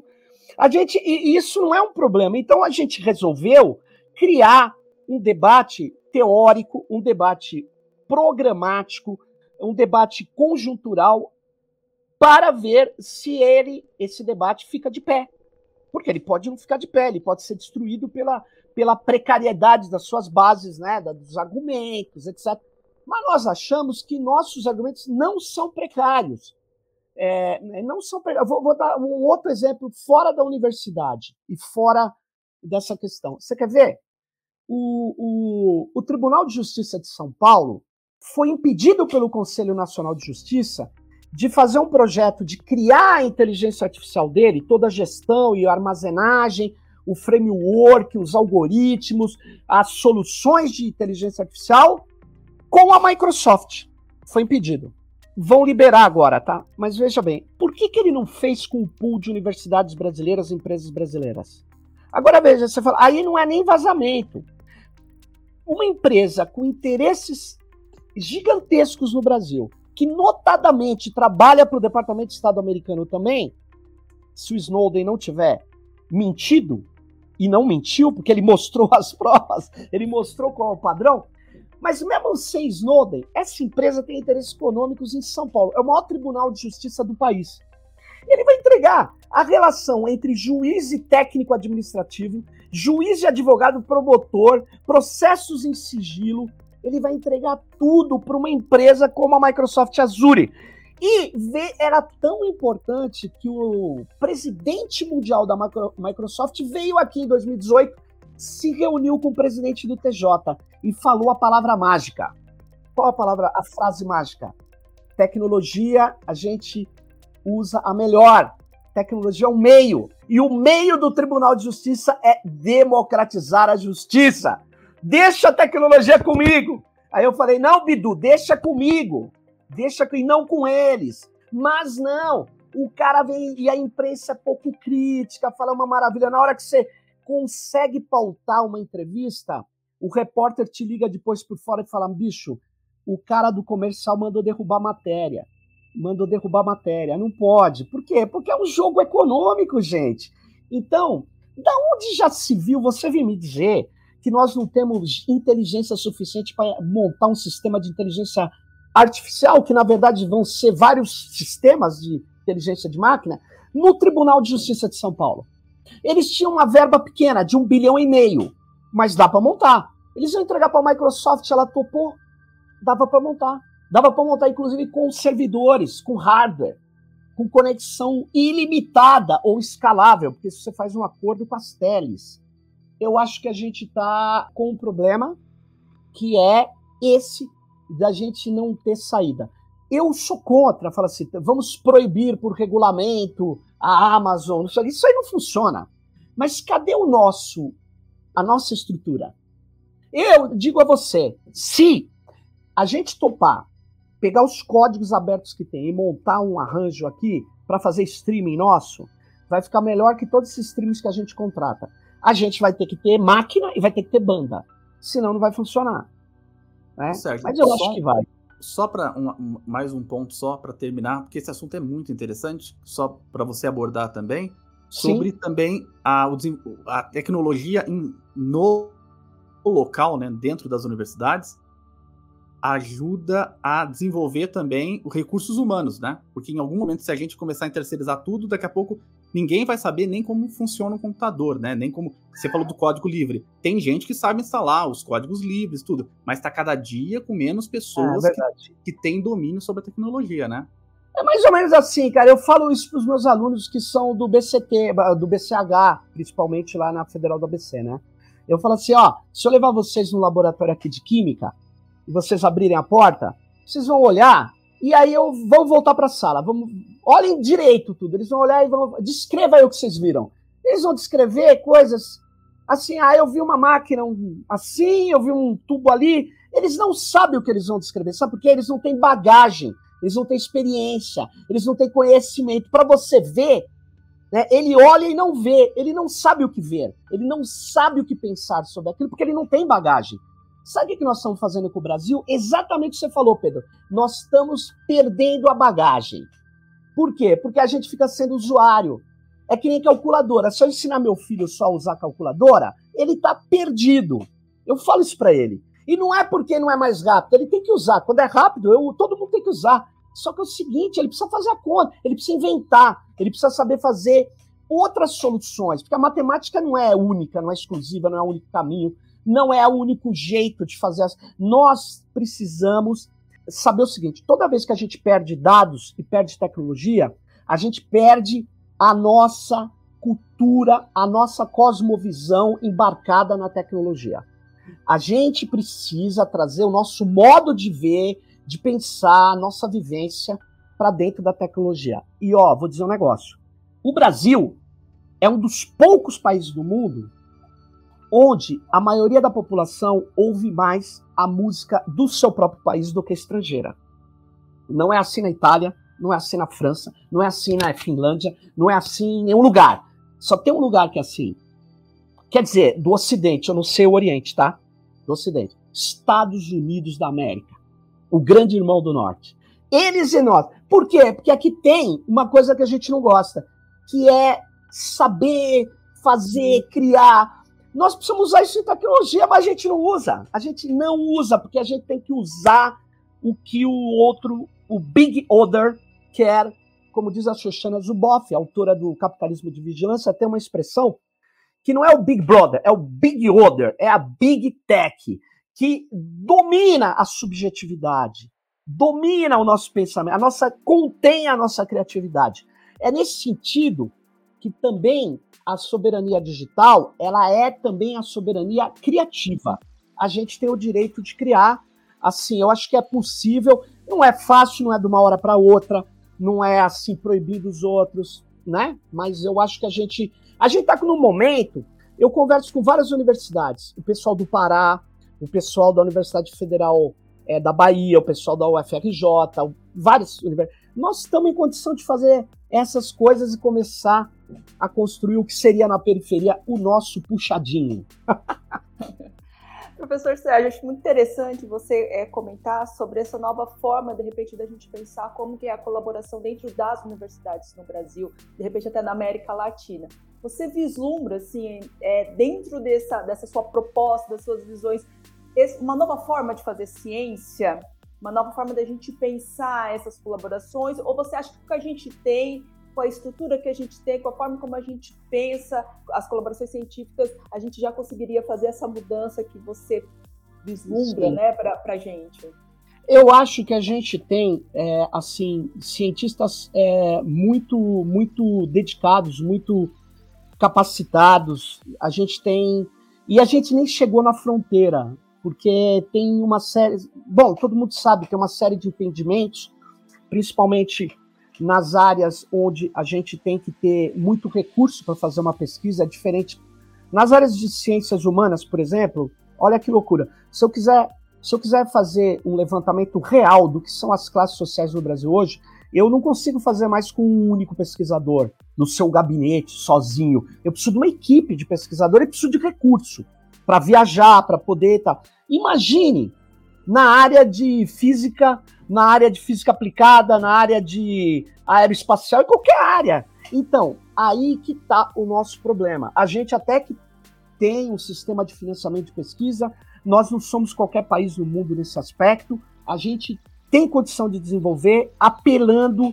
E isso não é um problema. Então a gente resolveu criar um debate teórico, um debate programático, um debate conjuntural para ver se esse debate fica de pé. Porque ele pode não ficar de pé, ele pode ser destruído pela precariedade das suas bases, né, dos argumentos, etc. Mas nós achamos que nossos argumentos não são precários. Não são precários. Vou dar um outro exemplo fora da universidade e fora dessa questão. Você quer ver? O Tribunal de Justiça de São Paulo foi impedido pelo Conselho Nacional de Justiça de fazer um projeto de criar a inteligência artificial dele, toda a gestão e a armazenagem, o framework, os algoritmos, as soluções de inteligência artificial com a Microsoft. Foi impedido. Vão liberar agora, tá? Mas veja bem, por que ele não fez com o pool de universidades brasileiras e empresas brasileiras? Agora veja, você fala, aí não é nem vazamento. Uma empresa com interesses gigantescos no Brasil, que notadamente trabalha para o Departamento de Estado americano também, se o Snowden não tiver mentido, e não mentiu, porque ele mostrou as provas, ele mostrou qual é o padrão, mas mesmo sem Snowden, essa empresa tem interesses econômicos em São Paulo, é o maior tribunal de justiça do país. Ele vai entregar a relação entre juiz e técnico administrativo, juiz e advogado promotor, processos em sigilo. Ele vai entregar tudo para uma empresa como a Microsoft Azure. E era tão importante que o presidente mundial da Microsoft veio aqui em 2018, se reuniu com o presidente do TJ e falou a palavra mágica. Qual a frase mágica? Tecnologia, a gente usa a melhor. Tecnologia é um meio. E o meio do Tribunal de Justiça é democratizar a justiça. Deixa a tecnologia comigo. Aí eu falei, não, Bidu, deixa comigo. E não com eles. Mas não, o cara vem e a imprensa é pouco crítica, fala uma maravilha. Na hora que você consegue pautar uma entrevista, o repórter te liga depois por fora e fala, bicho, o cara do comercial mandou derrubar a matéria. Não pode. Por quê? Porque é um jogo econômico, gente. Então, da onde já se viu, você vem me dizer que nós não temos inteligência suficiente para montar um sistema de inteligência artificial, que na verdade vão ser vários sistemas de inteligência de máquina, no Tribunal de Justiça de São Paulo. Eles tinham uma verba pequena, de 1,5 bilhão, mas dá para montar. Eles iam entregar para a Microsoft, ela topou, dava para montar. Dava para montar, inclusive, com servidores, com hardware, com conexão ilimitada ou escalável, porque se você faz um acordo com as teles. Eu acho que a gente está com um problema que é esse da gente não ter saída. Eu sou contra, falo assim, vamos proibir por regulamento a Amazon, isso aí não funciona. Mas cadê a nossa estrutura? Eu digo a você, se a gente topar pegar os códigos abertos que tem e montar um arranjo aqui para fazer streaming nosso, vai ficar melhor que todos esses streams que a gente contrata. A gente vai ter que ter máquina e vai ter que ter banda. Senão não vai funcionar. Né? Certo. Mas eu acho que vai. Só para mais um ponto só para terminar, porque esse assunto é muito interessante, só para você abordar também, sobre também a tecnologia no local, né, dentro das universidades, ajuda a desenvolver também os recursos humanos, né? Porque em algum momento, se a gente começar a terceirizar tudo, daqui a pouco ninguém vai saber nem como funciona o computador, né? Nem como... Você falou do código livre. Tem gente que sabe instalar os códigos livres, tudo, mas tá cada dia com menos pessoas que têm domínio sobre a tecnologia, né? É mais ou menos assim, cara. Eu falo isso para os meus alunos que são do BCT, do BCH, principalmente lá na Federal do ABC, né? Eu falo assim, ó, se eu levar vocês no laboratório aqui de Química, e vocês abrirem a porta, vocês vão olhar, e aí vão voltar para a sala. Olhem direito tudo. Eles vão olhar e vão... Descreva aí o que vocês viram. Eles vão descrever coisas assim, eu vi uma máquina assim, eu vi um tubo ali. Eles não sabem o que eles vão descrever. Sabe por quê? Eles não têm bagagem, eles não têm experiência, eles não têm conhecimento. Para você ver, né, ele olha e não vê, ele não sabe o que ver, ele não sabe o que pensar sobre aquilo, porque ele não tem bagagem. Sabe o que nós estamos fazendo com o Brasil? Exatamente o que você falou, Pedro. Nós estamos perdendo a bagagem. Por quê? Porque a gente fica sendo usuário. É que nem calculadora. Se eu ensinar meu filho só a usar calculadora, ele está perdido. Eu falo isso para ele. E não é porque não é mais rápido. Ele tem que usar. Quando é rápido, todo mundo tem que usar. Só que é o seguinte, ele precisa fazer a conta, ele precisa inventar, ele precisa saber fazer outras soluções. Porque a matemática não é única, não é exclusiva, não é o único caminho. Não é o único jeito de fazer Nós precisamos saber o seguinte, toda vez que a gente perde dados e perde tecnologia, a gente perde a nossa cultura, a nossa cosmovisão embarcada na tecnologia. A gente precisa trazer o nosso modo de ver, de pensar, a nossa vivência para dentro da tecnologia. E vou dizer um negócio. O Brasil é um dos poucos países do mundo onde a maioria da população ouve mais a música do seu próprio país do que estrangeira. Não é assim na Itália, não é assim na França, não é assim na Finlândia, não é assim em nenhum lugar. Só tem um lugar que é assim. Quer dizer, do Ocidente, eu não sei o Oriente, tá? Do Ocidente. Estados Unidos da América. O grande irmão do Norte. Eles e nós. Por quê? Porque aqui tem uma coisa que a gente não gosta, que é saber fazer, criar. Nós precisamos usar isso em tecnologia, mas a gente não usa. A gente não usa, porque a gente tem que usar o que o outro, o Big Other, quer. Como diz a Shoshana Zuboff, autora do Capitalismo de Vigilância, tem uma expressão que não é o Big Brother, é o Big Other, é a Big Tech, que domina a subjetividade, domina o nosso pensamento, contém a nossa criatividade. É nesse sentido que também a soberania digital, ela é também a soberania criativa. A gente tem o direito de criar, assim, eu acho que é possível, Não é fácil, não é de uma hora para outra, não é assim proibido os outros, né? Mas eu acho que a gente está num momento, eu converso com várias universidades, o pessoal do Pará, o pessoal da Universidade Federal da Bahia, o pessoal da UFRJ, várias universidades. Nós estamos em condição de fazer essas coisas e começar a construir o que seria na periferia o nosso puxadinho. Professor Sérgio, acho muito interessante você comentar sobre essa nova forma, de repente, da gente pensar como que é a colaboração dentro das universidades no Brasil, de repente até na América Latina. Você vislumbra, assim, dentro dessa sua proposta, das suas visões, uma nova forma de fazer ciência, uma nova forma da gente pensar essas colaborações, ou você acha que o que a gente tem, com a estrutura que a gente tem, com a forma como a gente pensa as colaborações científicas, a gente já conseguiria fazer essa mudança que você vislumbra, né, para a gente? Eu acho que a gente tem, assim, cientistas muito dedicados, muito capacitados. A gente tem... E a gente nem chegou na fronteira, porque tem uma série... Bom, todo mundo sabe, tem uma série de entendimentos, principalmente nas áreas onde a gente tem que ter muito recurso para fazer uma pesquisa, é diferente. Nas áreas de ciências humanas, por exemplo, olha que loucura. Se eu quiser fazer um levantamento real do que são as classes sociais no Brasil hoje, eu não consigo fazer mais com um único pesquisador no seu gabinete, sozinho. Eu preciso de uma equipe de pesquisador e preciso de recurso para viajar, para poder... Tá. Imagine na área de física aplicada, na área de aeroespacial, em qualquer área. Então, aí que está o nosso problema. A gente até que tem um sistema de financiamento de pesquisa, nós não somos qualquer país no mundo nesse aspecto, a gente tem condição de desenvolver, apelando,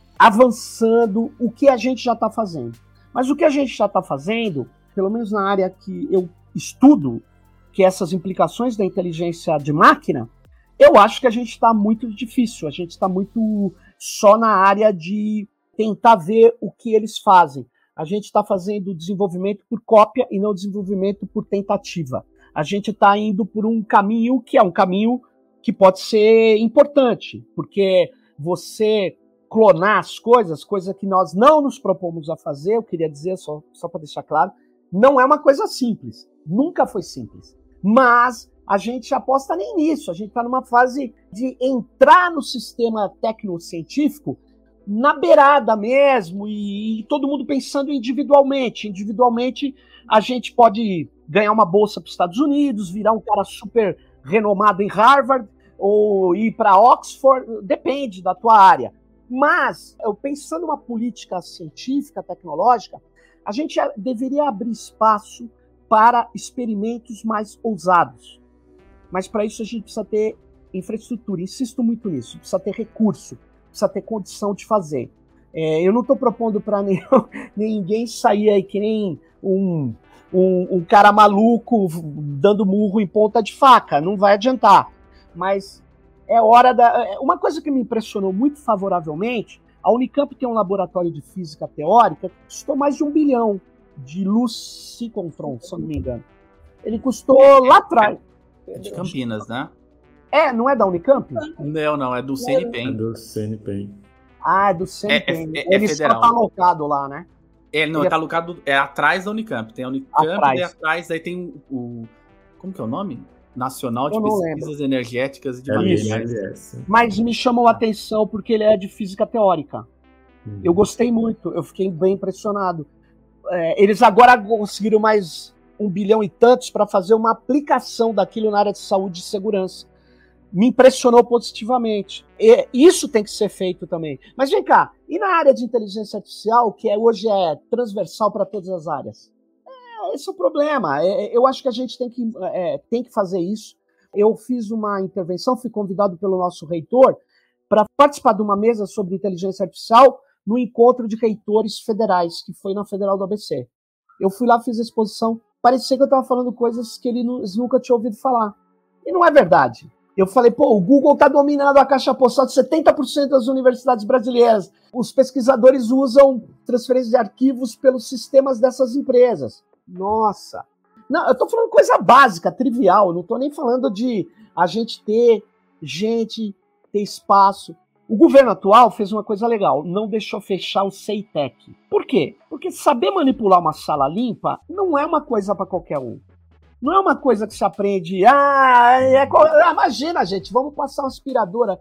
avançando o que a gente já está fazendo. Mas o que a gente já está fazendo, pelo menos na área que eu estudo, que é essas implicações da inteligência de máquina, eu acho que a gente está muito difícil, a gente está muito só na área de tentar ver o que eles fazem. A gente está fazendo desenvolvimento por cópia e não desenvolvimento por tentativa. A gente está indo por um caminho que é um caminho que pode ser importante, porque você clonar as coisas, coisa que nós não nos propomos a fazer, eu queria dizer, só para deixar claro, não é uma coisa simples, nunca foi simples. Mas a gente aposta nem nisso, a gente está numa fase de entrar no sistema tecnocientífico na beirada mesmo, e todo mundo pensando individualmente. Individualmente, a gente pode ganhar uma bolsa para os Estados Unidos, virar um cara super renomado em Harvard, ou ir para Oxford, depende da tua área. Mas, eu pensando numa política científica, tecnológica, a gente deveria abrir espaço para experimentos mais ousados. Mas para isso a gente precisa ter infraestrutura, insisto muito nisso, precisa ter recurso, precisa ter condição de fazer. Eu não estou propondo para ninguém sair aí que nem um cara maluco dando murro em ponta de faca, não vai adiantar. Mas é hora da... Uma coisa que me impressionou muito favoravelmente, a Unicamp tem um laboratório de física teórica que custou mais de 1 bilhão de lucicontron, se eu não me engano. Ele custou lá atrás. É de Campinas, né? Não é da Unicamp? Não, é do CNPEM. É do CNPEM. Ah, é do CNPEM. Ele federal. só tá alocado lá, né? Tá alocado, atrás da Unicamp. Tem a Unicamp e atrás, aí tem o... Como que é o nome? Nacional de Pesquisas Energéticas de Materiais. Mas me chamou a atenção porque ele é de física teórica. Eu gostei muito, eu fiquei bem impressionado. Eles agora conseguiram mais 1 bilhão e tantos para fazer uma aplicação daquilo na área de saúde e segurança. Me impressionou positivamente. Isso tem que ser feito também. Mas vem cá, e na área de inteligência artificial, que hoje é transversal para todas as áreas? Esse é o problema. Eu acho que a gente tem que fazer isso. Eu fiz uma intervenção, fui convidado pelo nosso reitor para participar de uma mesa sobre inteligência artificial no encontro de reitores federais, que foi na Federal do ABC. Eu fui lá, fiz a exposição, parecia que eu estava falando coisas que eles nunca tinham ouvido falar. E não é verdade. Eu falei, o Google está dominando a caixa postal de 70% das universidades brasileiras. Os pesquisadores usam transferência de arquivos pelos sistemas dessas empresas. Nossa. Não, eu estou falando coisa básica, trivial. Eu não estou nem falando de a gente ter ter espaço. O governo atual fez uma coisa legal, não deixou fechar o CEITEC. Por quê? Porque saber manipular uma sala limpa não é uma coisa para qualquer um. Não é uma coisa que se aprende, imagina, gente, vamos passar uma aspiradora.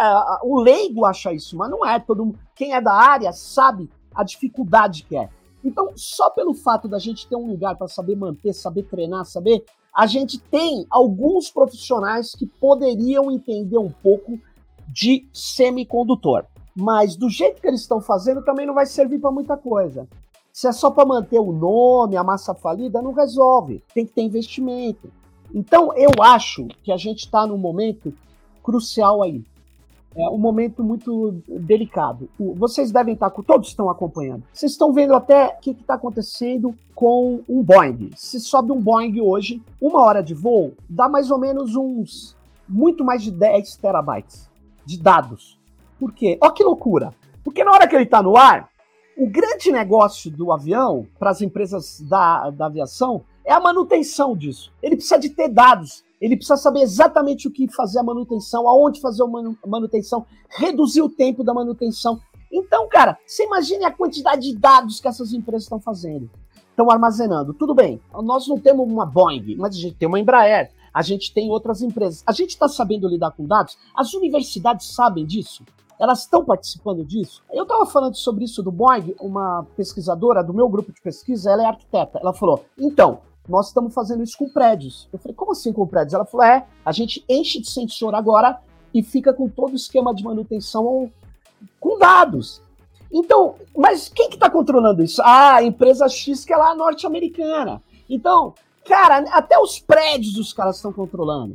O leigo acha isso, mas não é. Quem é da área sabe a dificuldade que é. Então, só pelo fato da gente ter um lugar para saber manter, saber treinar, a gente tem alguns profissionais que poderiam entender um pouco de semicondutor. Mas do jeito que eles estão fazendo, também não vai servir para muita coisa. Se é só para manter o nome, a massa falida, não resolve. Tem que ter investimento. Então, eu acho que a gente está num momento crucial aí. É um momento muito delicado. Vocês devem estar, todos estão acompanhando. Vocês estão vendo até o que está acontecendo com um Boeing. Se sobe um Boeing hoje, 1 hora de voo, dá mais ou menos muito mais de 10 terabytes de dados. Por quê? Olha que loucura. Porque na hora que ele está no ar, o grande negócio do avião, para as empresas da aviação, é a manutenção disso. Ele precisa de ter dados. Ele precisa saber exatamente o que fazer a manutenção, aonde fazer a manutenção, reduzir o tempo da manutenção. Então, cara, você imagine a quantidade de dados que essas empresas estão fazendo. Estão armazenando. Tudo bem, nós não temos uma Boeing, mas a gente tem uma Embraer, a gente tem outras empresas. A gente está sabendo lidar com dados? As universidades sabem disso? Elas estão participando disso? Eu estava falando sobre isso do Boeing, uma pesquisadora do meu grupo de pesquisa, ela é arquiteta. Ela falou, então, nós estamos fazendo isso com prédios. Eu falei, como assim com prédios? Ela falou, a gente enche de sensor agora e fica com todo o esquema de manutenção com dados. Então, mas quem que está controlando isso? A empresa X, que é lá norte-americana. Então, cara, até os prédios os caras estão controlando.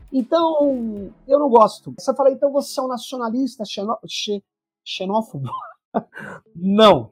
Então, eu não gosto. Você fala, então você é um nacionalista xenófobo? Não.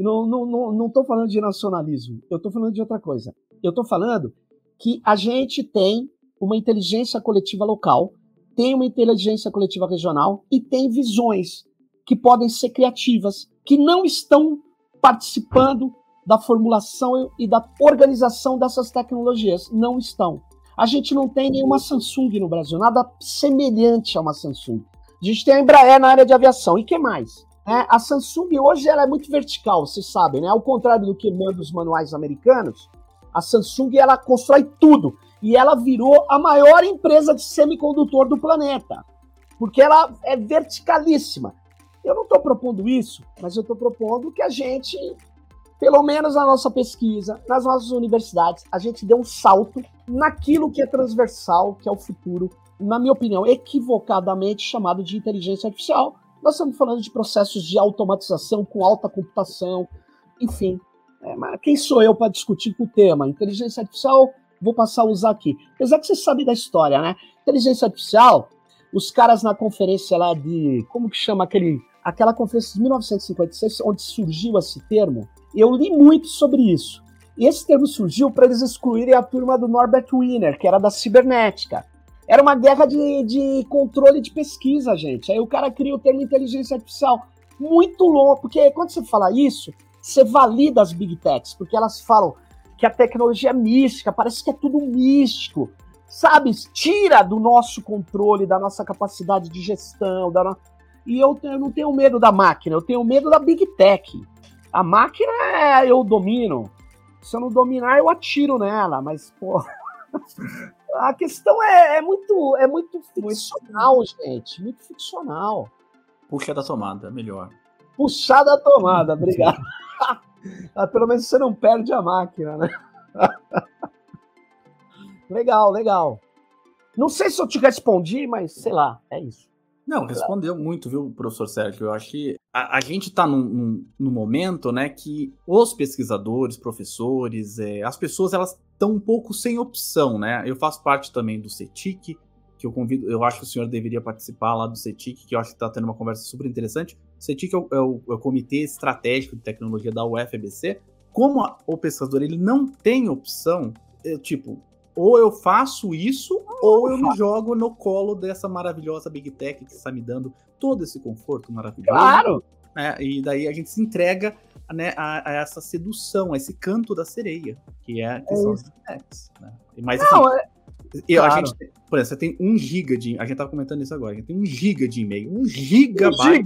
Não estou falando de nacionalismo. Eu estou falando de outra coisa. Eu estou falando que a gente tem uma inteligência coletiva local, tem uma inteligência coletiva regional e tem visões que podem ser criativas, que não estão participando da formulação e da organização dessas tecnologias. Não estão. A gente não tem nenhuma Samsung no Brasil, nada semelhante a uma Samsung. A gente tem a Embraer na área de aviação. E o que mais? A Samsung hoje ela é muito vertical, vocês sabem, né? Ao contrário do que manda os manuais americanos, a Samsung ela constrói tudo. E ela virou a maior empresa de semicondutor do planeta. Porque ela é verticalíssima. Eu não estou propondo isso, mas eu estou propondo que a gente, pelo menos na nossa pesquisa, nas nossas universidades, a gente dê um salto naquilo que é transversal, que é o futuro, na minha opinião, equivocadamente chamado de inteligência artificial. Nós estamos falando de processos de automatização com alta computação, enfim. Mas quem sou eu para discutir com o tema? Inteligência artificial, vou passar a usar aqui. Apesar que você sabe da história, né? Inteligência artificial, os caras na conferência lá de... Como que chama aquela conferência de 1956, onde surgiu esse termo? Eu li muito sobre isso. E esse termo surgiu para eles excluírem a turma do Norbert Wiener, que era da cibernética. Era uma guerra de controle de pesquisa, gente. Aí o cara cria o termo inteligência artificial. Muito louco, porque quando você fala isso, você valida as big techs, porque elas falam que a tecnologia é mística, parece que é tudo místico, sabe? Tira do nosso controle, da nossa capacidade de gestão. E eu não tenho medo da máquina, eu tenho medo da big tech. A máquina eu domino. Se eu não dominar, eu atiro nela, mas, pô... A questão é muito ficcional, gente. Muito ficcional. Puxa da tomada, melhor. Puxar da tomada, obrigado. Pelo menos você não perde a máquina, né? Legal. Não sei se eu te respondi, mas sei lá, é isso. Não, respondeu muito, viu, professor Sérgio? Eu acho que a gente está num momento, né, que os pesquisadores, professores, as pessoas, elas estão um pouco sem opção, né? Eu faço parte também do CETIC, que eu acho que o senhor deveria participar lá do CETIC, que eu acho que está tendo uma conversa super interessante. O CETIC é o Comitê Estratégico de Tecnologia da UFABC. Como o pesquisador, ele não tem opção, ou eu faço isso, ou eu me jogo no colo dessa maravilhosa Big Tech que está me dando todo esse conforto maravilhoso. Claro! E daí a gente se entrega, né, a essa sedução, a esse canto da sereia, que é a questão das Big Techs. Né? Mas, não, assim, A gente, por exemplo, você tem 1 giga de... A gente tava comentando isso agora. A gente tem 1 giga de e-mail. 1 gigabyte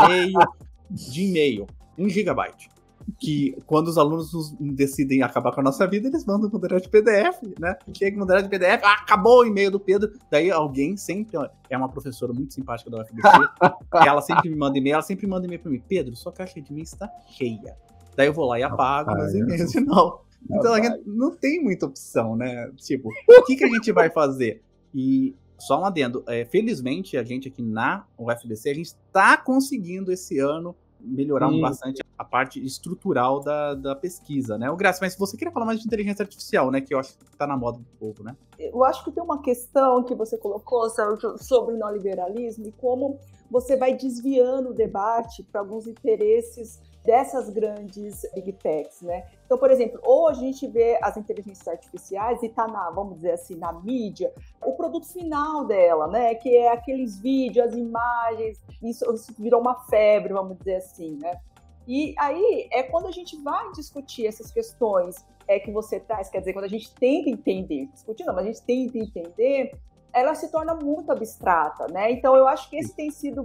de e-mail. 1 gigabyte. Que quando os alunos decidem acabar com a nossa vida, eles mandam moderar de PDF, né? Chega moderar de PDF, acabou o e-mail do Pedro. Daí alguém sempre... É uma professora muito simpática da UFBC. Ela sempre me manda e-mail. Ela sempre manda e-mail pra mim. Pedro, sua caixa de e-mail está cheia. Daí eu vou lá e apago meus e-mails de novo. Então a gente não tem muita opção, né? Tipo, o que a gente vai fazer? E só um adendo. Felizmente, a gente aqui na UFBC, a gente está conseguindo esse ano melhorar bastante a parte estrutural da pesquisa, né? O Graça, mas se você queria falar mais de inteligência artificial, né? Que eu acho que tá na moda do povo, né? Eu acho que tem uma questão que você colocou, Sérgio, sobre o neoliberalismo e como você vai desviando o debate para alguns interesses dessas grandes big techs, né? Então, por exemplo, hoje a gente vê as inteligências artificiais e tá vamos dizer assim, na mídia, o produto final dela, né? Que é aqueles vídeos, as imagens, isso virou uma febre, vamos dizer assim, né? E aí é quando a gente vai discutir essas questões que você traz, quer dizer, quando a gente tenta entender, discutir não, mas a gente tenta entender, ela se torna muito abstrata, né? Então, eu acho que esse tem sido,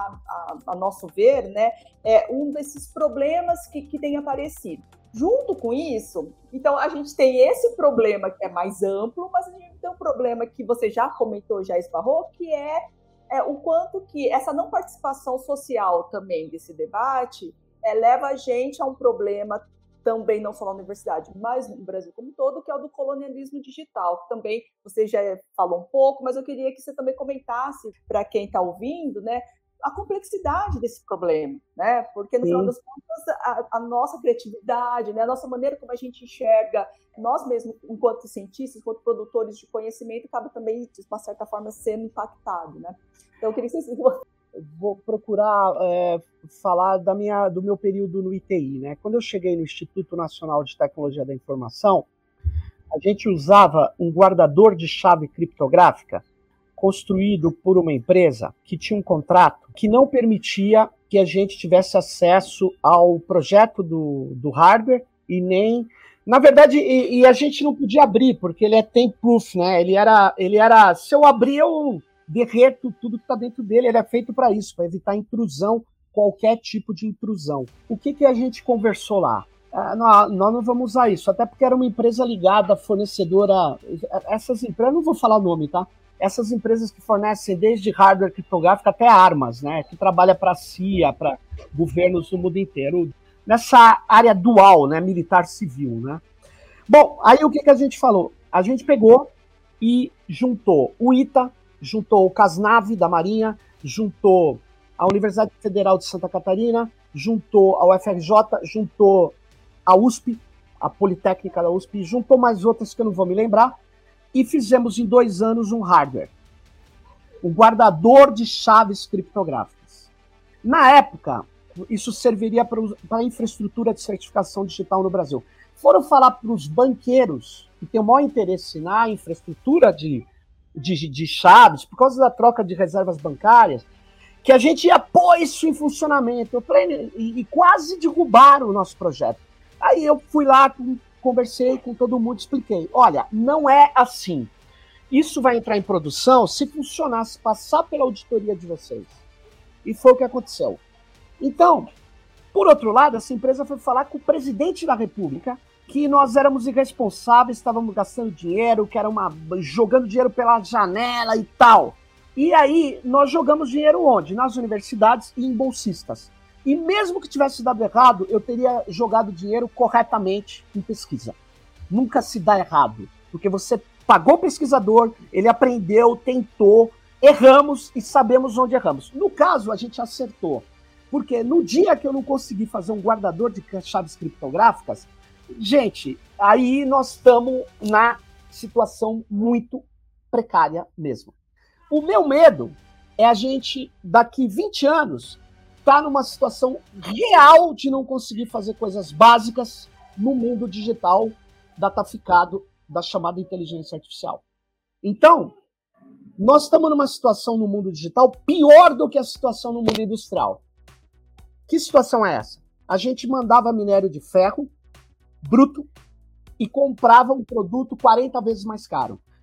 a nosso ver, né, um desses problemas que tem aparecido. Junto com isso, então, a gente tem esse problema que é mais amplo, mas a gente tem um problema que você já comentou, já esbarrou, que é o quanto que essa não participação social também desse debate leva a gente a um problema também não só na universidade, mas no Brasil como um todo, que é o do colonialismo digital, que também você já falou um pouco, mas eu queria que você também comentasse para quem está ouvindo, né, a complexidade desse problema, né, porque no final das contas a nossa criatividade, né, a nossa maneira como a gente enxerga, nós mesmos, enquanto cientistas, enquanto produtores de conhecimento, acaba também, de uma certa forma, sendo impactado, né. Então eu queria que vocês... Vou procurar falar do meu período no ITI, né? Quando eu cheguei no Instituto Nacional de Tecnologia da Informação, a gente usava um guardador de chave criptográfica construído por uma empresa que tinha um contrato que não permitia que a gente tivesse acesso ao projeto do hardware e nem... Na verdade, e a gente não podia abrir, porque ele é tape-proof, né? Ele era... Se eu abrir, eu derreto tudo que está dentro dele. Ele é feito para isso, para evitar intrusão, qualquer tipo de intrusão. O que a gente conversou lá? Nós não vamos usar isso, até porque era uma empresa ligada, fornecedora... Essas empresas, não vou falar o nome, tá? Essas empresas que fornecem desde hardware criptográfico até armas, né? Que trabalha para a CIA, para governos do mundo inteiro, nessa área dual, né? Militar-civil, né? Bom, aí o que a gente falou? A gente pegou e juntou o ITA, juntou o CASNAV da Marinha, juntou a Universidade Federal de Santa Catarina, juntou a UFRJ, juntou a USP, a Politécnica da USP, juntou mais outras que eu não vou me lembrar, e fizemos em 2 anos um hardware, um guardador de chaves criptográficas. Na época, isso serviria para a infraestrutura de certificação digital no Brasil. Foram falar para os banqueiros, que têm o maior interesse na infraestrutura de chaves, por causa da troca de reservas bancárias, que a gente ia pôr isso em funcionamento. E quase derrubaram o nosso projeto. Aí eu fui lá, conversei com todo mundo, expliquei. Olha, não é assim. Isso vai entrar em produção se funcionar, se passar pela auditoria de vocês. E foi o que aconteceu. Então, por outro lado, essa empresa foi falar com o presidente da República que nós éramos irresponsáveis, estávamos gastando dinheiro, que era jogando dinheiro pela janela e tal. E aí, nós jogamos dinheiro onde? Nas universidades e em bolsistas. E mesmo que tivesse dado errado, eu teria jogado dinheiro corretamente em pesquisa. Nunca se dá errado, porque você pagou o pesquisador, ele aprendeu, tentou, erramos e sabemos onde erramos. No caso, a gente acertou, porque no dia que eu não consegui fazer um guardador de chaves criptográficas, gente, aí nós estamos na situação muito precária mesmo. O meu medo é a gente, daqui 20 anos, estar numa situação real de não conseguir fazer coisas básicas no mundo digital dataficado da chamada inteligência artificial. Então, nós estamos numa situação no mundo digital pior do que a situação no mundo industrial. Que situação é essa? A gente mandava minério de ferro bruto e comprava um produto 40 vezes mais caro.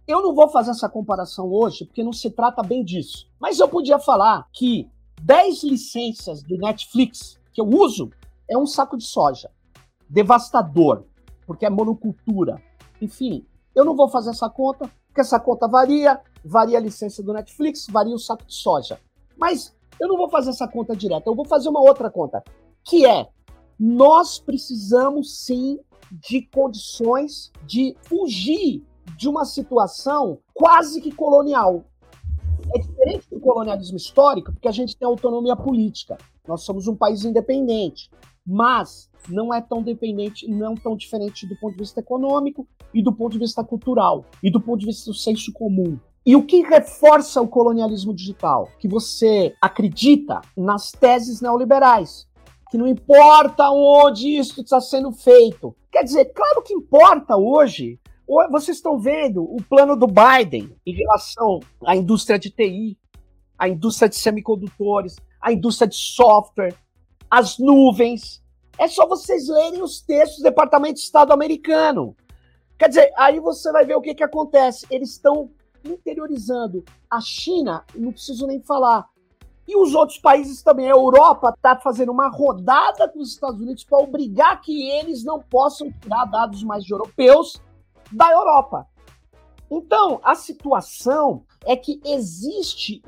Eu não vou fazer essa comparação hoje, porque não se trata bem disso. Mas eu podia falar que 10 licenças do Netflix que eu uso é um saco de soja. Devastador, porque é monocultura. Enfim, eu não vou fazer essa conta, porque essa conta varia a licença do Netflix, varia o saco de soja. Mas eu não vou fazer essa conta direta, eu vou fazer uma outra conta, que é, nós precisamos sim de condições de fugir de uma situação quase que colonial. É diferente do colonialismo histórico, porque a gente tem autonomia política. Nós somos um país independente, mas não é tão dependente, não tão diferente do ponto de vista econômico e do ponto de vista cultural e do ponto de vista do senso comum. E o que reforça o colonialismo digital? Que você acredita nas teses neoliberais, que não importa onde isso está sendo feito. Quer dizer, claro que importa hoje. Vocês estão vendo o plano do Biden em relação à indústria de TI, à indústria de semicondutores, à indústria de software, as nuvens. É só vocês lerem os textos do Departamento de Estado americano. Quer dizer, aí você vai ver o que acontece. Eles estão interiorizando. A China, não preciso nem falar. E os outros países também. A Europa está fazendo uma rodada com os Estados Unidos para obrigar que eles não possam tirar dados mais de europeus da Europa. Então, a situação é que existe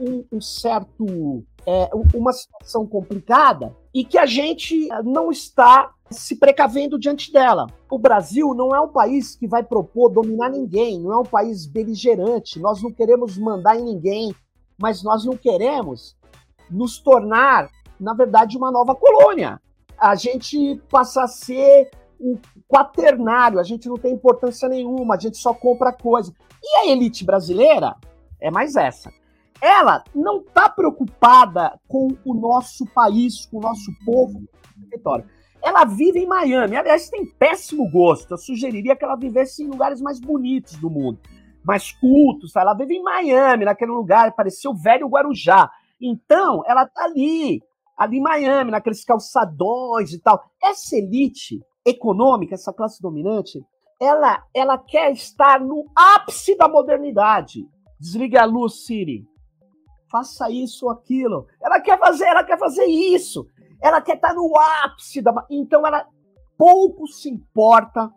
uma situação complicada e que a gente não está se precavendo diante dela. O Brasil não é um país que vai propor dominar ninguém, não é um país beligerante, nós não queremos mandar em ninguém, mas nós não queremos nos tornar, na verdade, uma nova colônia. A gente passa a ser o quaternário, a gente não tem importância nenhuma, a gente só compra coisa. E a elite brasileira é mais essa. Ela não está preocupada com o nosso país, com o nosso povo, com o nosso território. Ela vive em Miami. Aliás, tem péssimo gosto. Eu sugeriria que ela vivesse em lugares mais bonitos do mundo, mais cultos. Ela vive em Miami, naquele lugar, parecia o velho Guarujá. Então, ela está ali em Miami, naqueles calçadões e tal. Essa elite econômica, essa classe dominante, ela quer estar no ápice da modernidade. Desligue a luz, Siri. Faça isso ou aquilo. Ela quer fazer isso. Ela quer estar no ápice da... Então, ela pouco se importa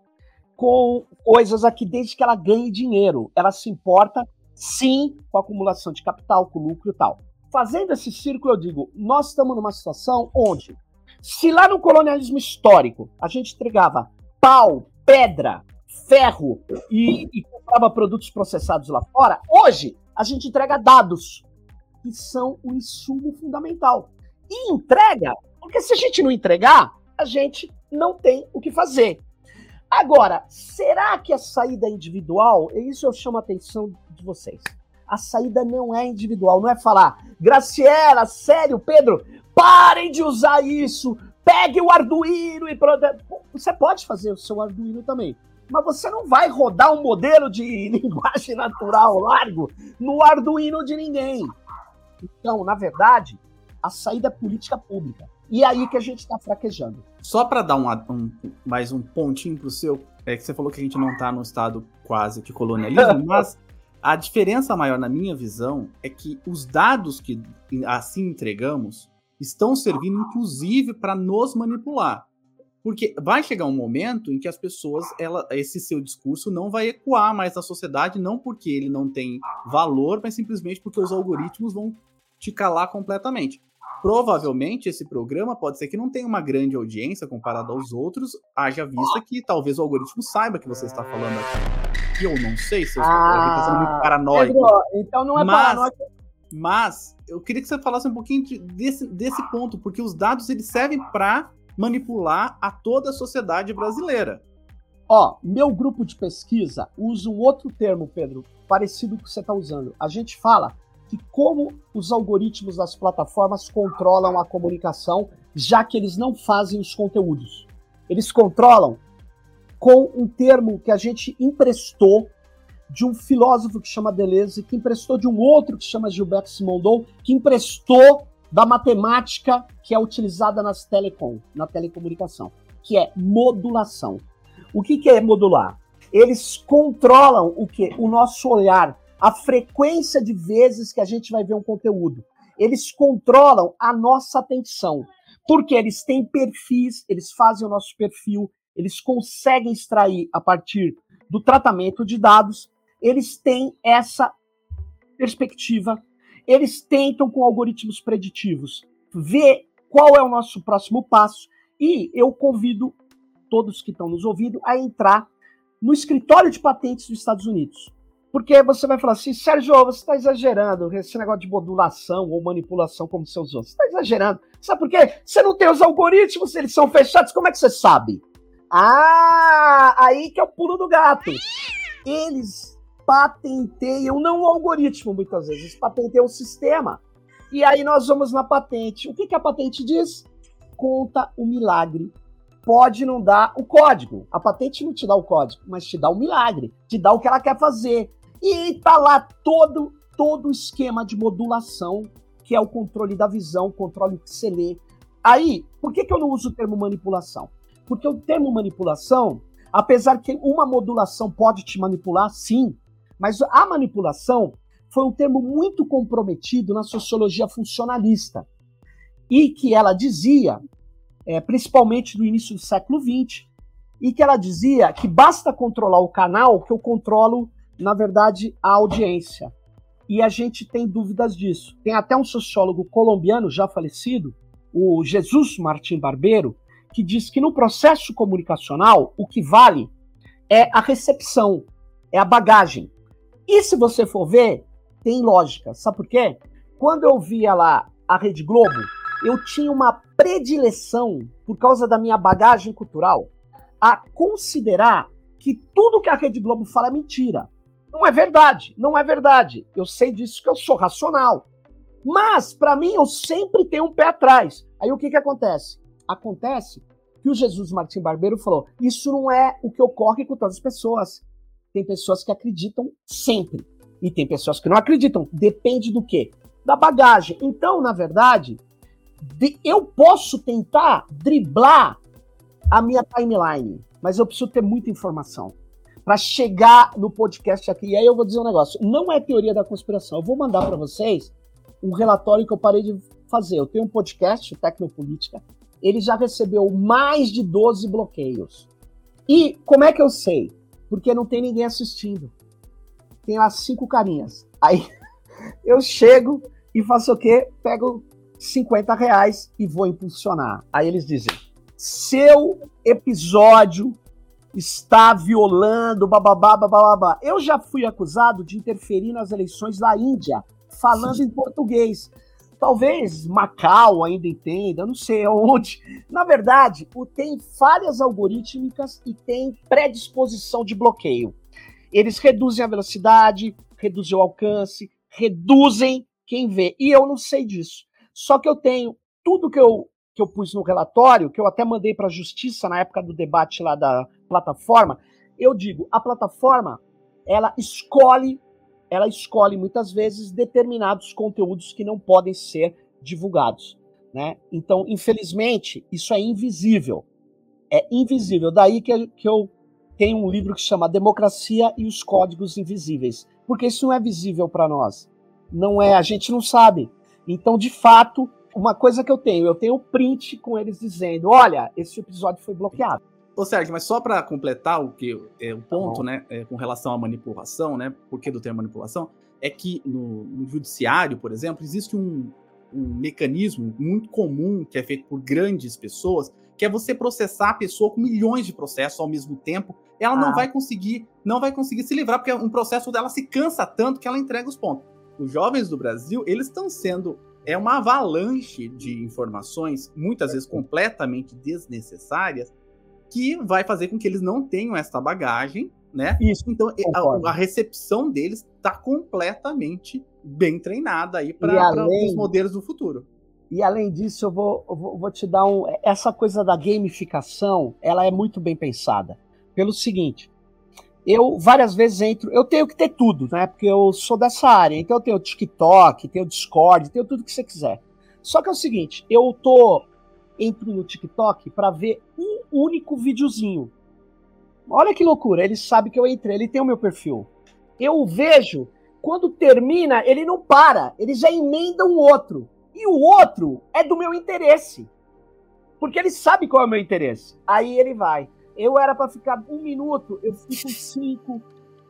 com coisas aqui, desde que ela ganhe dinheiro. Ela se importa, sim, com a acumulação de capital, com lucro e tal. Fazendo esse círculo, eu digo, nós estamos numa situação onde, se lá no colonialismo histórico a gente entregava pau, pedra, ferro e comprava produtos processados lá fora, hoje a gente entrega dados, que são o insumo fundamental. E entrega, porque se a gente não entregar, a gente não tem o que fazer. Agora, será que a saída é individual? E isso eu chamo a atenção de vocês. A saída não é individual, não é falar, Graciela, sério, Pedro, parem de usar isso, pegue o Arduino e... Você pode fazer o seu Arduino também, mas você não vai rodar um modelo de linguagem natural largo no Arduino de ninguém. Então, na verdade, a saída é política pública. E é aí que a gente está fraquejando. Só para dar mais um pontinho pro seu, é que você falou que a gente não está no estado quase de colonialismo, mas a diferença maior, na minha visão, é que os dados que assim entregamos estão servindo, inclusive, para nos manipular. Porque vai chegar um momento em que as pessoas, esse seu discurso não vai ecoar mais na sociedade, não porque ele não tem valor, mas simplesmente porque os algoritmos vão te calar completamente. Provavelmente, esse programa pode ser que não tenha uma grande audiência comparado aos outros, haja vista que talvez o algoritmo saiba que você está falando aqui. Que eu não sei se eu estou sendo muito paranoico. Pedro, então não é paranoico. Mas eu queria que você falasse um pouquinho desse ponto, porque os dados eles servem para manipular a toda a sociedade brasileira. Meu grupo de pesquisa usa um outro termo, Pedro, parecido com o que você está usando. A gente fala que como os algoritmos das plataformas controlam a comunicação, já que eles não fazem os conteúdos. Eles controlam com um termo que a gente emprestou de um filósofo que chama Deleuze, que emprestou de um outro que chama Gilberto Simondon, que emprestou da matemática que é utilizada na telecomunicação, que é modulação. O que é modular? Eles controlam o quê? O nosso olhar, a frequência de vezes que a gente vai ver um conteúdo. Eles controlam a nossa atenção, porque eles têm perfis, eles fazem o nosso perfil, eles conseguem extrair a partir do tratamento de dados, eles têm essa perspectiva, eles tentam com algoritmos preditivos ver qual é o nosso próximo passo, e eu convido todos que estão nos ouvindo a entrar no escritório de patentes dos Estados Unidos. Porque você vai falar assim, Sérgio, você está exagerando, esse negócio de modulação ou manipulação como você usou. Você está exagerando. Sabe por quê? Você não tem os algoritmos, eles são fechados, como é que você sabe? Ah, aí que é o pulo do gato. Eles patenteiam, não o algoritmo muitas vezes, eles patenteiam o sistema. E aí nós vamos na patente. O que a patente diz? Conta o milagre. Pode não dar o código. A patente não te dá o código, mas te dá o milagre, te dá o que ela quer fazer. E tá lá todo o esquema de modulação, que é o controle da visão, o controle que você lê. Aí, por que eu não uso o termo manipulação? Porque o termo manipulação, apesar que uma modulação pode te manipular, sim, mas a manipulação foi um termo muito comprometido na sociologia funcionalista. E que ela dizia, principalmente no início do século XX, e que ela dizia que basta controlar o canal que eu controlo, na verdade, a audiência. E a gente tem dúvidas disso. Tem até um sociólogo colombiano já falecido, o Jesus Martín Barbeiro, que diz que no processo comunicacional o que vale é a recepção, é a bagagem. E se você for ver, tem lógica. Sabe por quê? Quando eu via lá a Rede Globo, eu tinha uma predileção, por causa da minha bagagem cultural, a considerar que tudo que a Rede Globo fala é mentira. Não é verdade, não é verdade. Eu sei disso que eu sou racional. Mas, para mim, eu sempre tenho um pé atrás. Aí o que acontece? Acontece que o Jesus Martín Barbeiro falou, isso não é o que ocorre com todas as pessoas. Tem pessoas que acreditam sempre. E tem pessoas que não acreditam. Depende do quê? Da bagagem. Então, na verdade, eu posso tentar driblar a minha timeline, mas eu preciso ter muita informação para chegar no podcast aqui. E aí eu vou dizer um negócio, não é teoria da conspiração. Eu vou mandar para vocês um relatório que eu parei de fazer. Eu tenho um podcast, Tecnopolítica, ele já recebeu mais de 12 bloqueios. E como é que eu sei? Porque não tem ninguém assistindo. Tem lá 5 carinhas. Aí eu chego e faço o quê? Pego R$50 e vou impulsionar. Aí eles dizem, seu episódio está violando, bababá, bababá. Eu já fui acusado de interferir nas eleições da Índia, falando em português. Talvez Macau ainda entenda, não sei onde. Na verdade, tem falhas algorítmicas e tem predisposição de bloqueio. Eles reduzem a velocidade, reduzem o alcance, reduzem quem vê. E eu não sei disso. Só que eu tenho tudo que eu pus no relatório, que eu até mandei para a Justiça na época do debate lá da plataforma. Eu digo, a plataforma, ela escolhe muitas vezes determinados conteúdos que não podem ser divulgados, né? Então, infelizmente, isso é invisível. É invisível. Daí que eu tenho um livro que chama Democracia e os Códigos Invisíveis. Porque isso não é visível para nós. Não é, a gente não sabe. Então, de fato, uma coisa que eu tenho print com eles dizendo, olha, esse episódio foi bloqueado. Ô Sérgio, mas só para completar o ponto, né, com relação à manipulação, né, por que do termo manipulação, é que no judiciário, por exemplo, existe um mecanismo muito comum que é feito por grandes pessoas, que é você processar a pessoa com milhões de processos ao mesmo tempo, ela não vai conseguir se livrar, porque um processo dela se cansa tanto que ela entrega os pontos. Os jovens do Brasil, eles estão sendo uma avalanche de informações, muitas vezes completamente desnecessárias, que vai fazer com que eles não tenham essa bagagem, né? Isso, então a recepção deles está completamente bem treinada aí para os modelos do futuro. E além disso, eu vou te dar essa coisa da gamificação, ela é muito bem pensada. Pelo seguinte, eu várias vezes eu tenho que ter tudo, né? Porque eu sou dessa área, então eu tenho o TikTok, tenho o Discord, tenho tudo que você quiser. Só que é o seguinte, entro no TikTok para ver um único videozinho. Olha que loucura, ele sabe que eu entrei, ele tem o meu perfil. Eu vejo, quando termina, ele não para, ele já emenda um outro. E o outro é do meu interesse. Porque ele sabe qual é o meu interesse. Aí ele vai. Eu era para ficar 1 minuto, eu fico 5.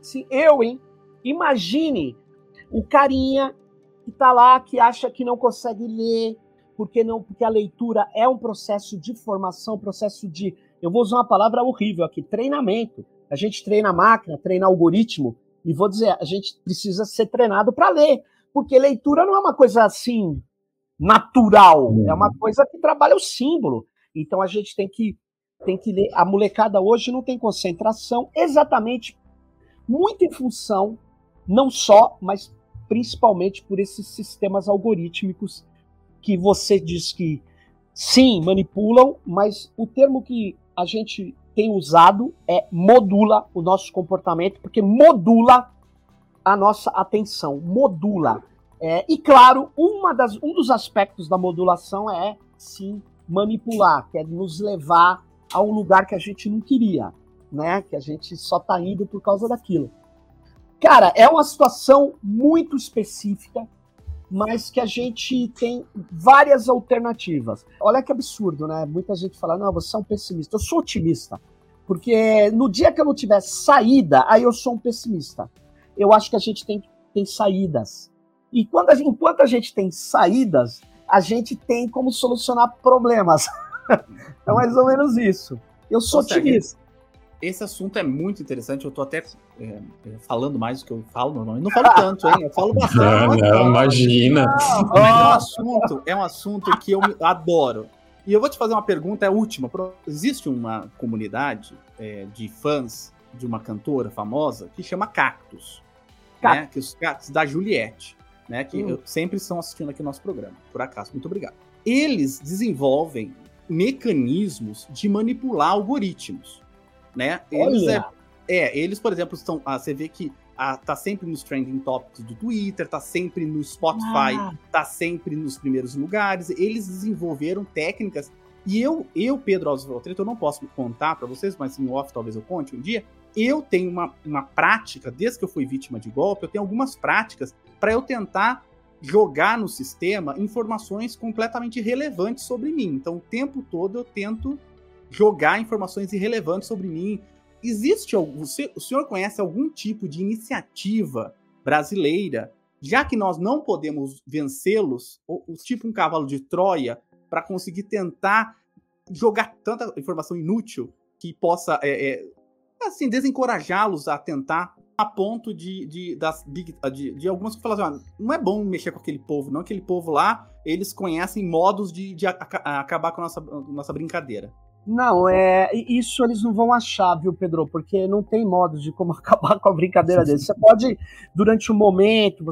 Imagine o carinha que tá lá, que acha que não consegue ler, porque a leitura é um processo de formação, processo de... Eu vou usar uma palavra horrível aqui, treinamento. A gente treina a máquina, treina algoritmo, e vou dizer, a gente precisa ser treinado para ler, porque leitura não é uma coisa assim natural, é uma coisa que trabalha o símbolo. Então a gente tem que ler. A molecada hoje não tem concentração, exatamente muito em função, não só, mas principalmente por esses sistemas algorítmicos que você diz que sim, manipulam, mas o termo que a gente tem usado é modula o nosso comportamento, porque modula a nossa atenção, modula. E claro, um dos aspectos da modulação é, sim, manipular, que é nos levar a um lugar que a gente não queria, né? Que a gente só tá indo por causa daquilo. Cara, é uma situação muito específica, mas que a gente tem várias alternativas. Olha que absurdo, né? Muita gente fala, não, você é um pessimista. Eu sou otimista, porque no dia que eu não tiver saída, aí eu sou um pessimista. Eu acho que a gente tem saídas. E enquanto a gente tem saídas, a gente tem como solucionar problemas. É mais ou menos isso. Eu sou otimista. Esse assunto é muito interessante, eu tô até falando mais do que eu falo normalmente. Não falo tanto, hein? Eu falo bastante. Não, imagina. É um assunto que eu adoro. E eu vou te fazer uma pergunta, é a última. Existe uma comunidade de fãs de uma cantora famosa que chama Cactus. Né? Que os Cactus da Juliette. Né? Que sempre estão assistindo aqui o nosso programa. Por acaso, muito obrigado. Eles desenvolvem mecanismos de manipular algoritmos. Né? Eles, por exemplo, estão. Você vê que tá sempre nos trending topics do Twitter, tá sempre no Spotify, tá sempre nos primeiros lugares. Eles desenvolveram técnicas. E eu Pedro Alves, eu não posso contar para vocês, mas em off talvez eu conte um dia. Eu tenho uma prática, desde que eu fui vítima de golpe, eu tenho algumas práticas para eu tentar jogar no sistema informações completamente irrelevantes sobre mim. Então, o tempo todo eu tento jogar informações irrelevantes sobre mim. Existe o senhor conhece algum tipo de iniciativa brasileira, já que nós não podemos vencê-los, tipo um cavalo de Troia, para conseguir tentar jogar tanta informação inútil que possa assim, desencorajá-los a tentar, a ponto de algumas que falam assim, não é bom mexer com aquele povo, não, aquele povo lá, eles conhecem modos de acabar com a nossa brincadeira. Não, isso eles não vão achar, viu, Pedro? Porque não tem modo de como acabar com a brincadeira deles. Você pode, durante um momento,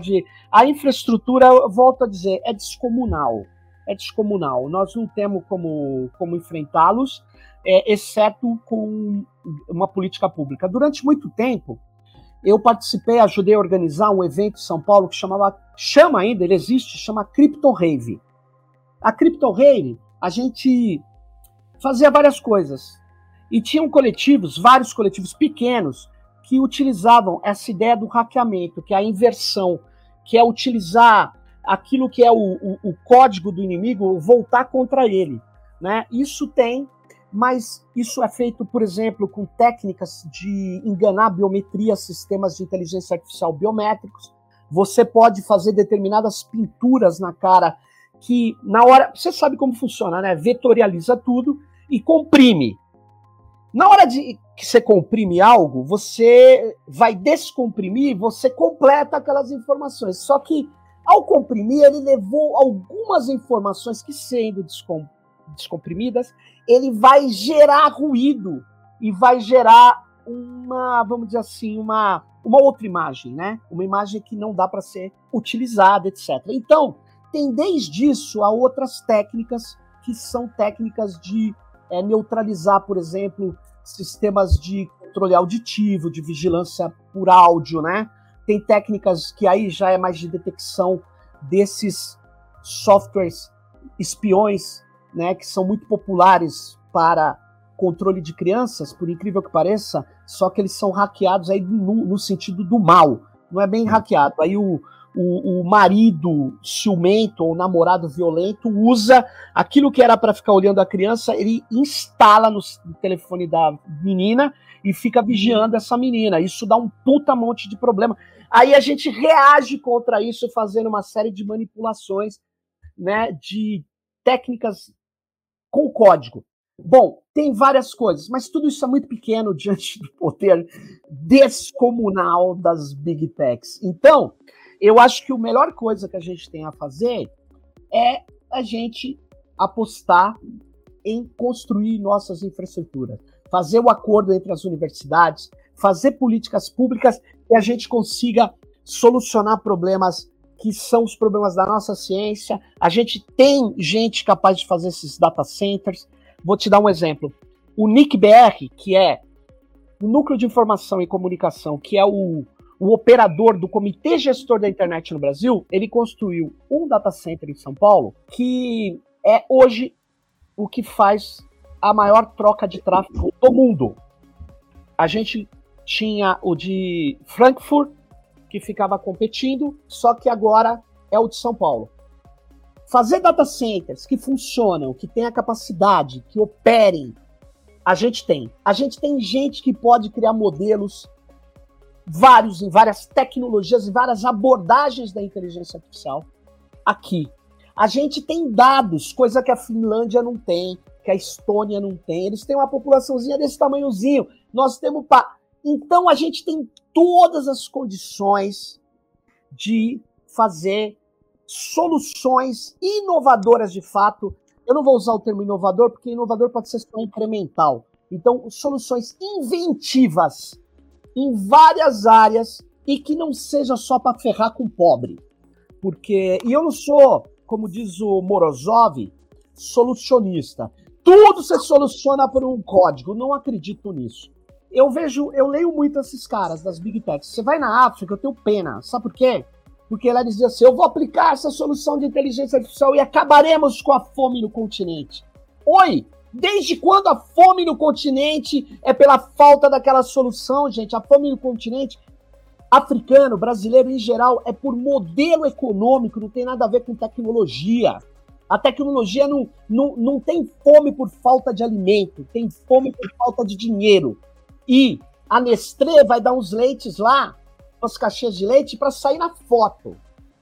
a infraestrutura, eu volto a dizer, é descomunal. É descomunal. Nós não temos como enfrentá-los, exceto com uma política pública. Durante muito tempo, eu ajudei a organizar um evento em São Paulo que chama ainda, ele existe, chama Crypto Rave. A Crypto Rave, a gente fazia várias coisas. E tinham vários coletivos pequenos, que utilizavam essa ideia do hackeamento, que é a inversão, que é utilizar aquilo que é o código do inimigo, voltar contra ele. Né? Mas isso é feito, por exemplo, com técnicas de enganar biometria, sistemas de inteligência artificial biométricos. Você pode fazer determinadas pinturas na cara que, na hora... Você sabe como funciona, né? Vetorializa tudo e comprime. Na hora que você comprime algo, você vai descomprimir, você completa aquelas informações. Só que, ao comprimir, ele levou algumas informações que, sendo descomprimidas, ele vai gerar ruído e vai gerar vamos dizer assim, uma outra imagem, né? Uma imagem que não dá para ser utilizada, etc. Então, tem desde isso a outras técnicas que são técnicas de neutralizar, por exemplo, sistemas de controle auditivo, de vigilância por áudio, né? Tem técnicas que aí já é mais de detecção desses softwares espiões, né, que são muito populares para controle de crianças, por incrível que pareça, só que eles são hackeados aí no sentido do mal, não é bem hackeado. Aí o marido ciumento ou namorado violento usa aquilo que era para ficar olhando a criança, ele instala no telefone da menina e fica vigiando essa menina. Isso dá um puta monte de problema. Aí a gente reage contra isso fazendo uma série de manipulações, né, de técnicas com código. Bom, tem várias coisas, mas tudo isso é muito pequeno diante do poder descomunal das Big Techs. Então, eu acho que a melhor coisa que a gente tem a fazer é a gente apostar em construir nossas infraestruturas, fazer o acordo entre as universidades, fazer políticas públicas que a gente consiga solucionar problemas que são os problemas da nossa ciência. A gente tem gente capaz de fazer esses data centers. Vou te dar um exemplo. O NIC-BR, que é o Núcleo de Informação e Comunicação, que é o operador do Comitê Gestor da Internet no Brasil, ele construiu um data center em São Paulo, que é hoje o que faz a maior troca de tráfego do mundo. A gente tinha o de Frankfurt, que ficava competindo, só que agora é o de São Paulo. Fazer data centers que funcionam, que tenham a capacidade, que operem, a gente tem. A gente tem gente que pode criar modelos vários, em várias tecnologias, em várias abordagens da inteligência artificial aqui. A gente tem dados, coisa que a Finlândia não tem, que a Estônia não tem. Eles têm uma populaçãozinha desse tamanhozinho. Nós temos... Então a gente tem todas as condições de fazer soluções inovadoras de fato. Eu não vou usar o termo inovador, porque inovador pode ser só incremental. Então, soluções inventivas em várias áreas e que não seja só para ferrar com o pobre. E eu não sou, como diz o Morozov, solucionista. Tudo se soluciona por um código. Não acredito nisso. Eu leio muito esses caras das Big Techs. Você vai na África, eu tenho pena. Sabe por quê? Porque lá eles dizem assim, eu vou aplicar essa solução de inteligência artificial e acabaremos com a fome no continente. Oi! Desde quando a fome no continente é pela falta daquela solução, gente? A fome no continente africano, brasileiro em geral, é por modelo econômico, não tem nada a ver com tecnologia. A tecnologia não tem fome por falta de alimento, tem fome por falta de dinheiro. E a Nestlé vai dar uns leites lá, umas caixinhas de leite, para sair na foto.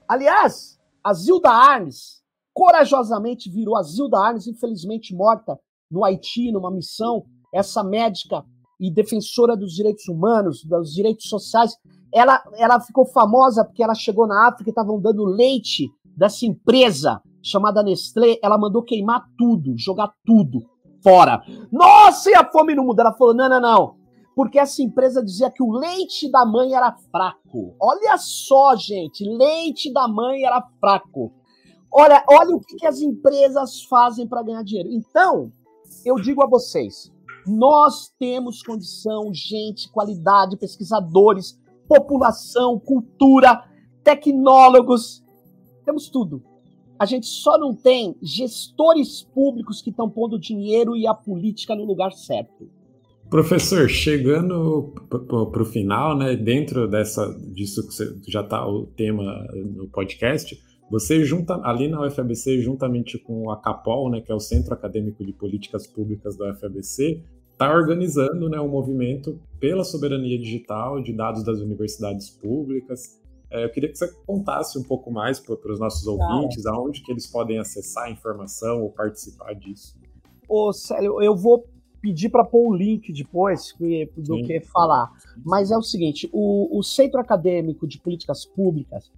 Aliás, a Zilda Arnes corajosamente virou a Zilda Arnes, infelizmente morta no Haiti, numa missão. Essa médica e defensora dos direitos humanos, dos direitos sociais, ela ficou famosa porque ela chegou na África e estavam dando leite dessa empresa chamada Nestlé. Ela mandou queimar tudo, jogar tudo fora. Nossa, e a fome no mundo? Ela falou, não. Porque essa empresa dizia que o leite da mãe era fraco. Olha só, gente, leite da mãe era fraco. Olha o que as empresas fazem para ganhar dinheiro. Então, eu digo a vocês, nós temos condição, gente, qualidade, pesquisadores, população, cultura, tecnólogos, temos tudo. A gente só não tem gestores públicos que estão pondo dinheiro e a política no lugar certo. Professor, chegando para o final, né, dentro disso que já está o tema no podcast, você junta ali na UFABC, juntamente com a CAPOL, né, que é o Centro Acadêmico de Políticas Públicas da UFABC, está organizando, né, um movimento pela soberania digital de dados das universidades públicas. Eu queria que você contasse um pouco mais para os nossos ouvintes, aonde que eles podem acessar a informação ou participar disso. Ô, Célio, eu vou pedir para pôr o link depois do que falar. Mas é o seguinte, o Centro Acadêmico de Políticas Públicas,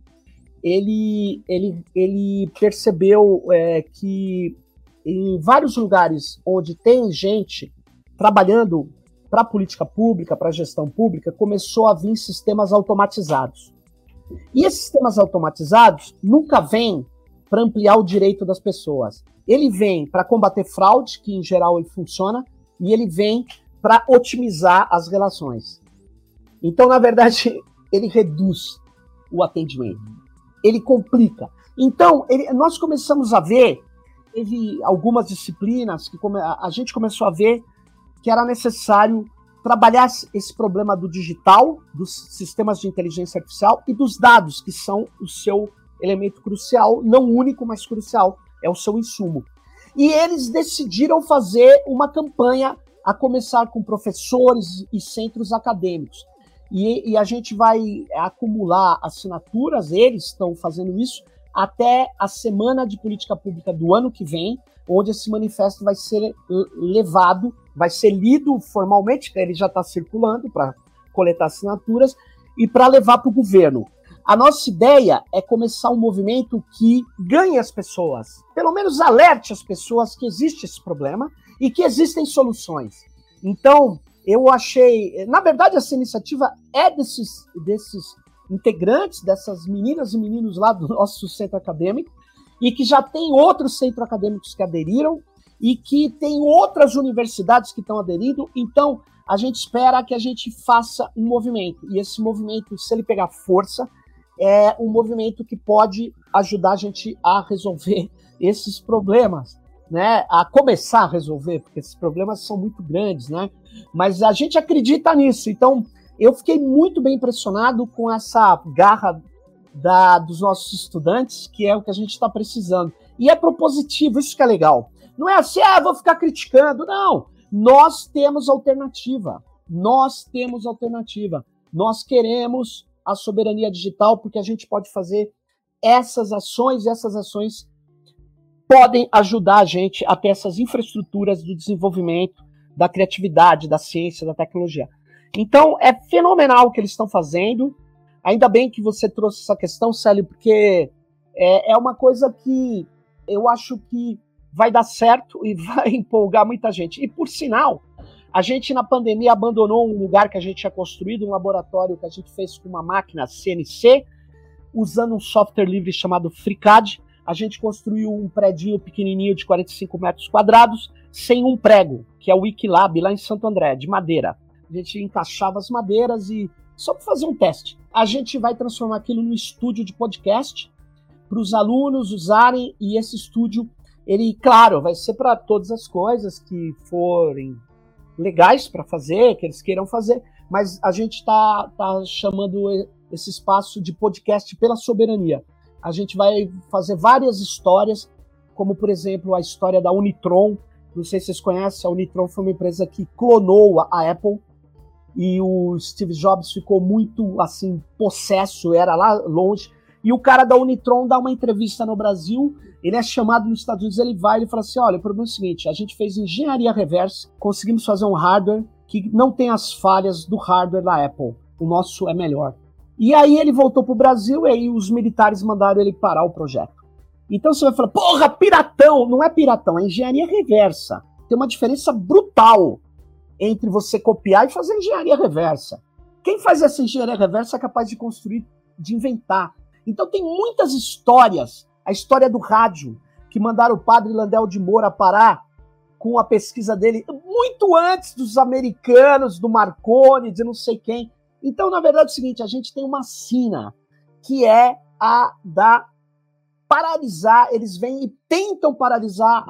ele percebeu que em vários lugares onde tem gente trabalhando para política pública, para gestão pública, começou a vir sistemas automatizados. E esses sistemas automatizados nunca vêm para ampliar o direito das pessoas. Ele vem para combater fraude, que em geral ele funciona, e ele vem para otimizar as relações. Então, na verdade, ele reduz o atendimento. Ele complica. Então, nós começamos a ver, teve algumas disciplinas que a gente começou a ver que era necessário trabalhar esse problema do digital, dos sistemas de inteligência artificial e dos dados, que são o seu elemento crucial, não único, mas crucial, é o seu insumo. E eles decidiram fazer uma campanha, a começar com professores e centros acadêmicos. E a gente vai acumular assinaturas, eles estão fazendo isso, até a Semana de Política Pública do ano que vem, onde esse manifesto vai ser levado, vai ser lido formalmente, ele já está circulando para coletar assinaturas, e para levar para o governo. A nossa ideia é começar um movimento que ganhe as pessoas, pelo menos alerte as pessoas que existe esse problema e que existem soluções. Então, eu achei... Na verdade, essa iniciativa é desses integrantes, dessas meninas e meninos lá do nosso centro acadêmico, e que já tem outros centros acadêmicos que aderiram, e que tem outras universidades que estão aderindo. Então, a gente espera que a gente faça um movimento. E esse movimento, se ele pegar força, é um movimento que pode ajudar a gente a resolver esses problemas, né? A começar a resolver, porque esses problemas são muito grandes, né? Mas a gente acredita nisso. Então, eu fiquei muito bem impressionado com essa garra dos nossos estudantes, que é o que a gente está precisando. E é propositivo, isso que é legal. Não é assim, vou ficar criticando. Não, nós temos alternativa. Nós temos alternativa. Nós queremos a soberania digital porque a gente pode fazer essas ações, e essas ações podem ajudar a gente a ter essas infraestruturas do desenvolvimento, da criatividade, da ciência, da tecnologia. Então, é fenomenal o que eles estão fazendo. Ainda bem que você trouxe essa questão, Célio, porque é uma coisa que eu acho que vai dar certo e vai empolgar muita gente. E, por sinal, a gente, na pandemia, abandonou um lugar que a gente tinha construído, um laboratório que a gente fez com uma máquina CNC, usando um software livre chamado FreeCAD. A gente construiu um predinho pequenininho de 45 metros quadrados, sem um prego, que é o Wikilab, lá em Santo André, de madeira. A gente encaixava as madeiras e só para fazer um teste. A gente vai transformar aquilo num estúdio de podcast para os alunos usarem, e esse estúdio, ele, claro, vai ser para todas as coisas que forem legais para fazer, que eles queiram fazer, mas a gente está chamando esse espaço de podcast pela soberania. A gente vai fazer várias histórias, como, por exemplo, a história da Unitron. Não sei se vocês conhecem, a Unitron foi uma empresa que clonou a Apple, e o Steve Jobs ficou muito, assim, possesso, era lá longe, e o cara da Unitron dá uma entrevista no Brasil, ele é chamado nos Estados Unidos, ele fala assim, olha, o problema é o seguinte, a gente fez engenharia reversa, conseguimos fazer um hardware que não tem as falhas do hardware da Apple, o nosso é melhor. E aí ele voltou pro Brasil, e aí os militares mandaram ele parar o projeto. Então você vai falar, porra, piratão! Não é piratão, é engenharia reversa. Tem uma diferença brutal entre você copiar e fazer engenharia reversa. Quem faz essa engenharia reversa é capaz de construir, de inventar. Então tem muitas histórias. A história do rádio, que mandaram o padre Landel de Moura parar com a pesquisa dele muito antes dos americanos, do Marconi, de não sei quem. Então, na verdade, é o seguinte, a gente tem uma sina, que é a da paralisar, eles vêm e tentam paralisar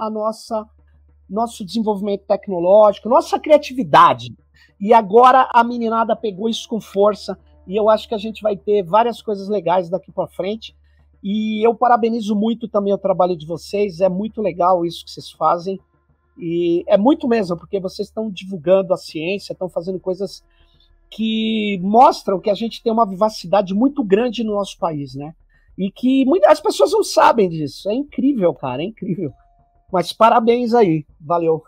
nosso desenvolvimento tecnológico, nossa criatividade. E agora a meninada pegou isso com força, e eu acho que a gente vai ter várias coisas legais daqui para frente. E eu parabenizo muito também o trabalho de vocês, é muito legal isso que vocês fazem, e é muito mesmo, porque vocês estão divulgando a ciência, estão fazendo coisas que mostram que a gente tem uma vivacidade muito grande no nosso país, né? E que as pessoas não sabem disso. É incrível, cara, é incrível. Mas parabéns aí, valeu.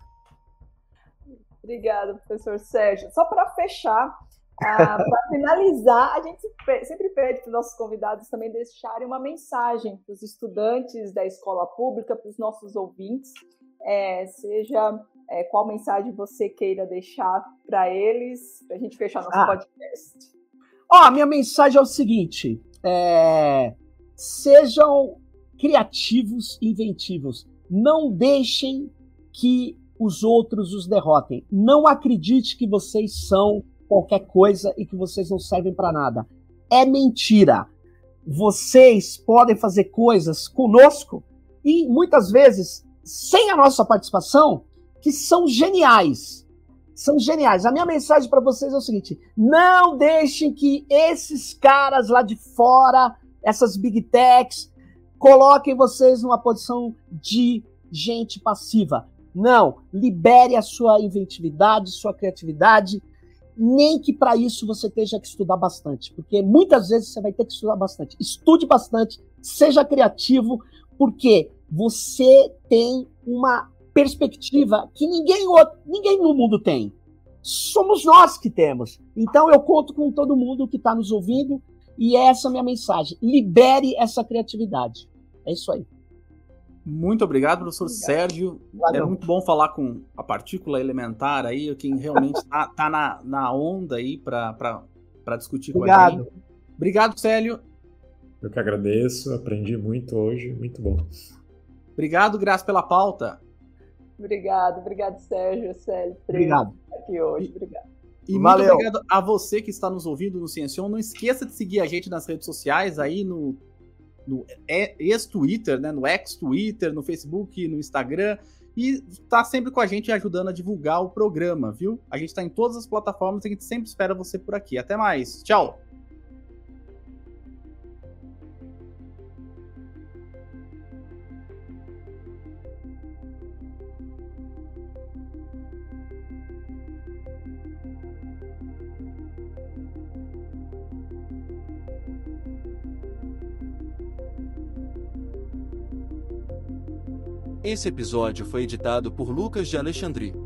Obrigada, professor Sérgio. Só para fechar, para finalizar, a gente sempre pede para os nossos convidados também deixarem uma mensagem para os estudantes da escola pública, para os nossos ouvintes, qual mensagem você queira deixar para eles, para a gente fechar nosso podcast. A minha mensagem é o seguinte, sejam criativos e inventivos, não deixem que os outros os derrotem, não acredite que vocês são qualquer coisa e que vocês não servem para nada. É mentira. Vocês podem fazer coisas conosco e muitas vezes sem a nossa participação que são geniais. são geniais. A minha mensagem para vocês é o seguinte: não deixem que esses caras lá de fora, essas big techs, coloquem vocês numa posição de gente passiva. Não, libere a sua inventividade, sua criatividade, nem que para isso você tenha que estudar bastante, porque muitas vezes você vai ter que estudar bastante. Estude bastante, seja criativo, porque você tem uma perspectiva que ninguém no mundo tem. Somos nós que temos. Então eu conto com todo mundo que está nos ouvindo e essa é a minha mensagem. Libere essa criatividade. É isso aí. Muito obrigado, professor Sérgio. Valeu. É muito bom falar com a partícula elementar aí, quem realmente tá na onda aí para discutir com a gente. Obrigado, Célio. Eu que agradeço, aprendi muito hoje, muito bom. Obrigado, Graça, pela pauta. Obrigado, Sérgio, Célio. Obrigado. Aqui hoje, obrigado. E muito obrigado a você que está nos ouvindo no Ciencion. Não esqueça de seguir a gente nas redes sociais aí no ex-Twitter, né? No ex-Twitter, no Facebook, no Instagram. E tá sempre com a gente ajudando a divulgar o programa, viu? A gente tá em todas as plataformas e a gente sempre espera você por aqui. Até mais. Tchau! Esse episódio foi editado por Lucas de Alexandre.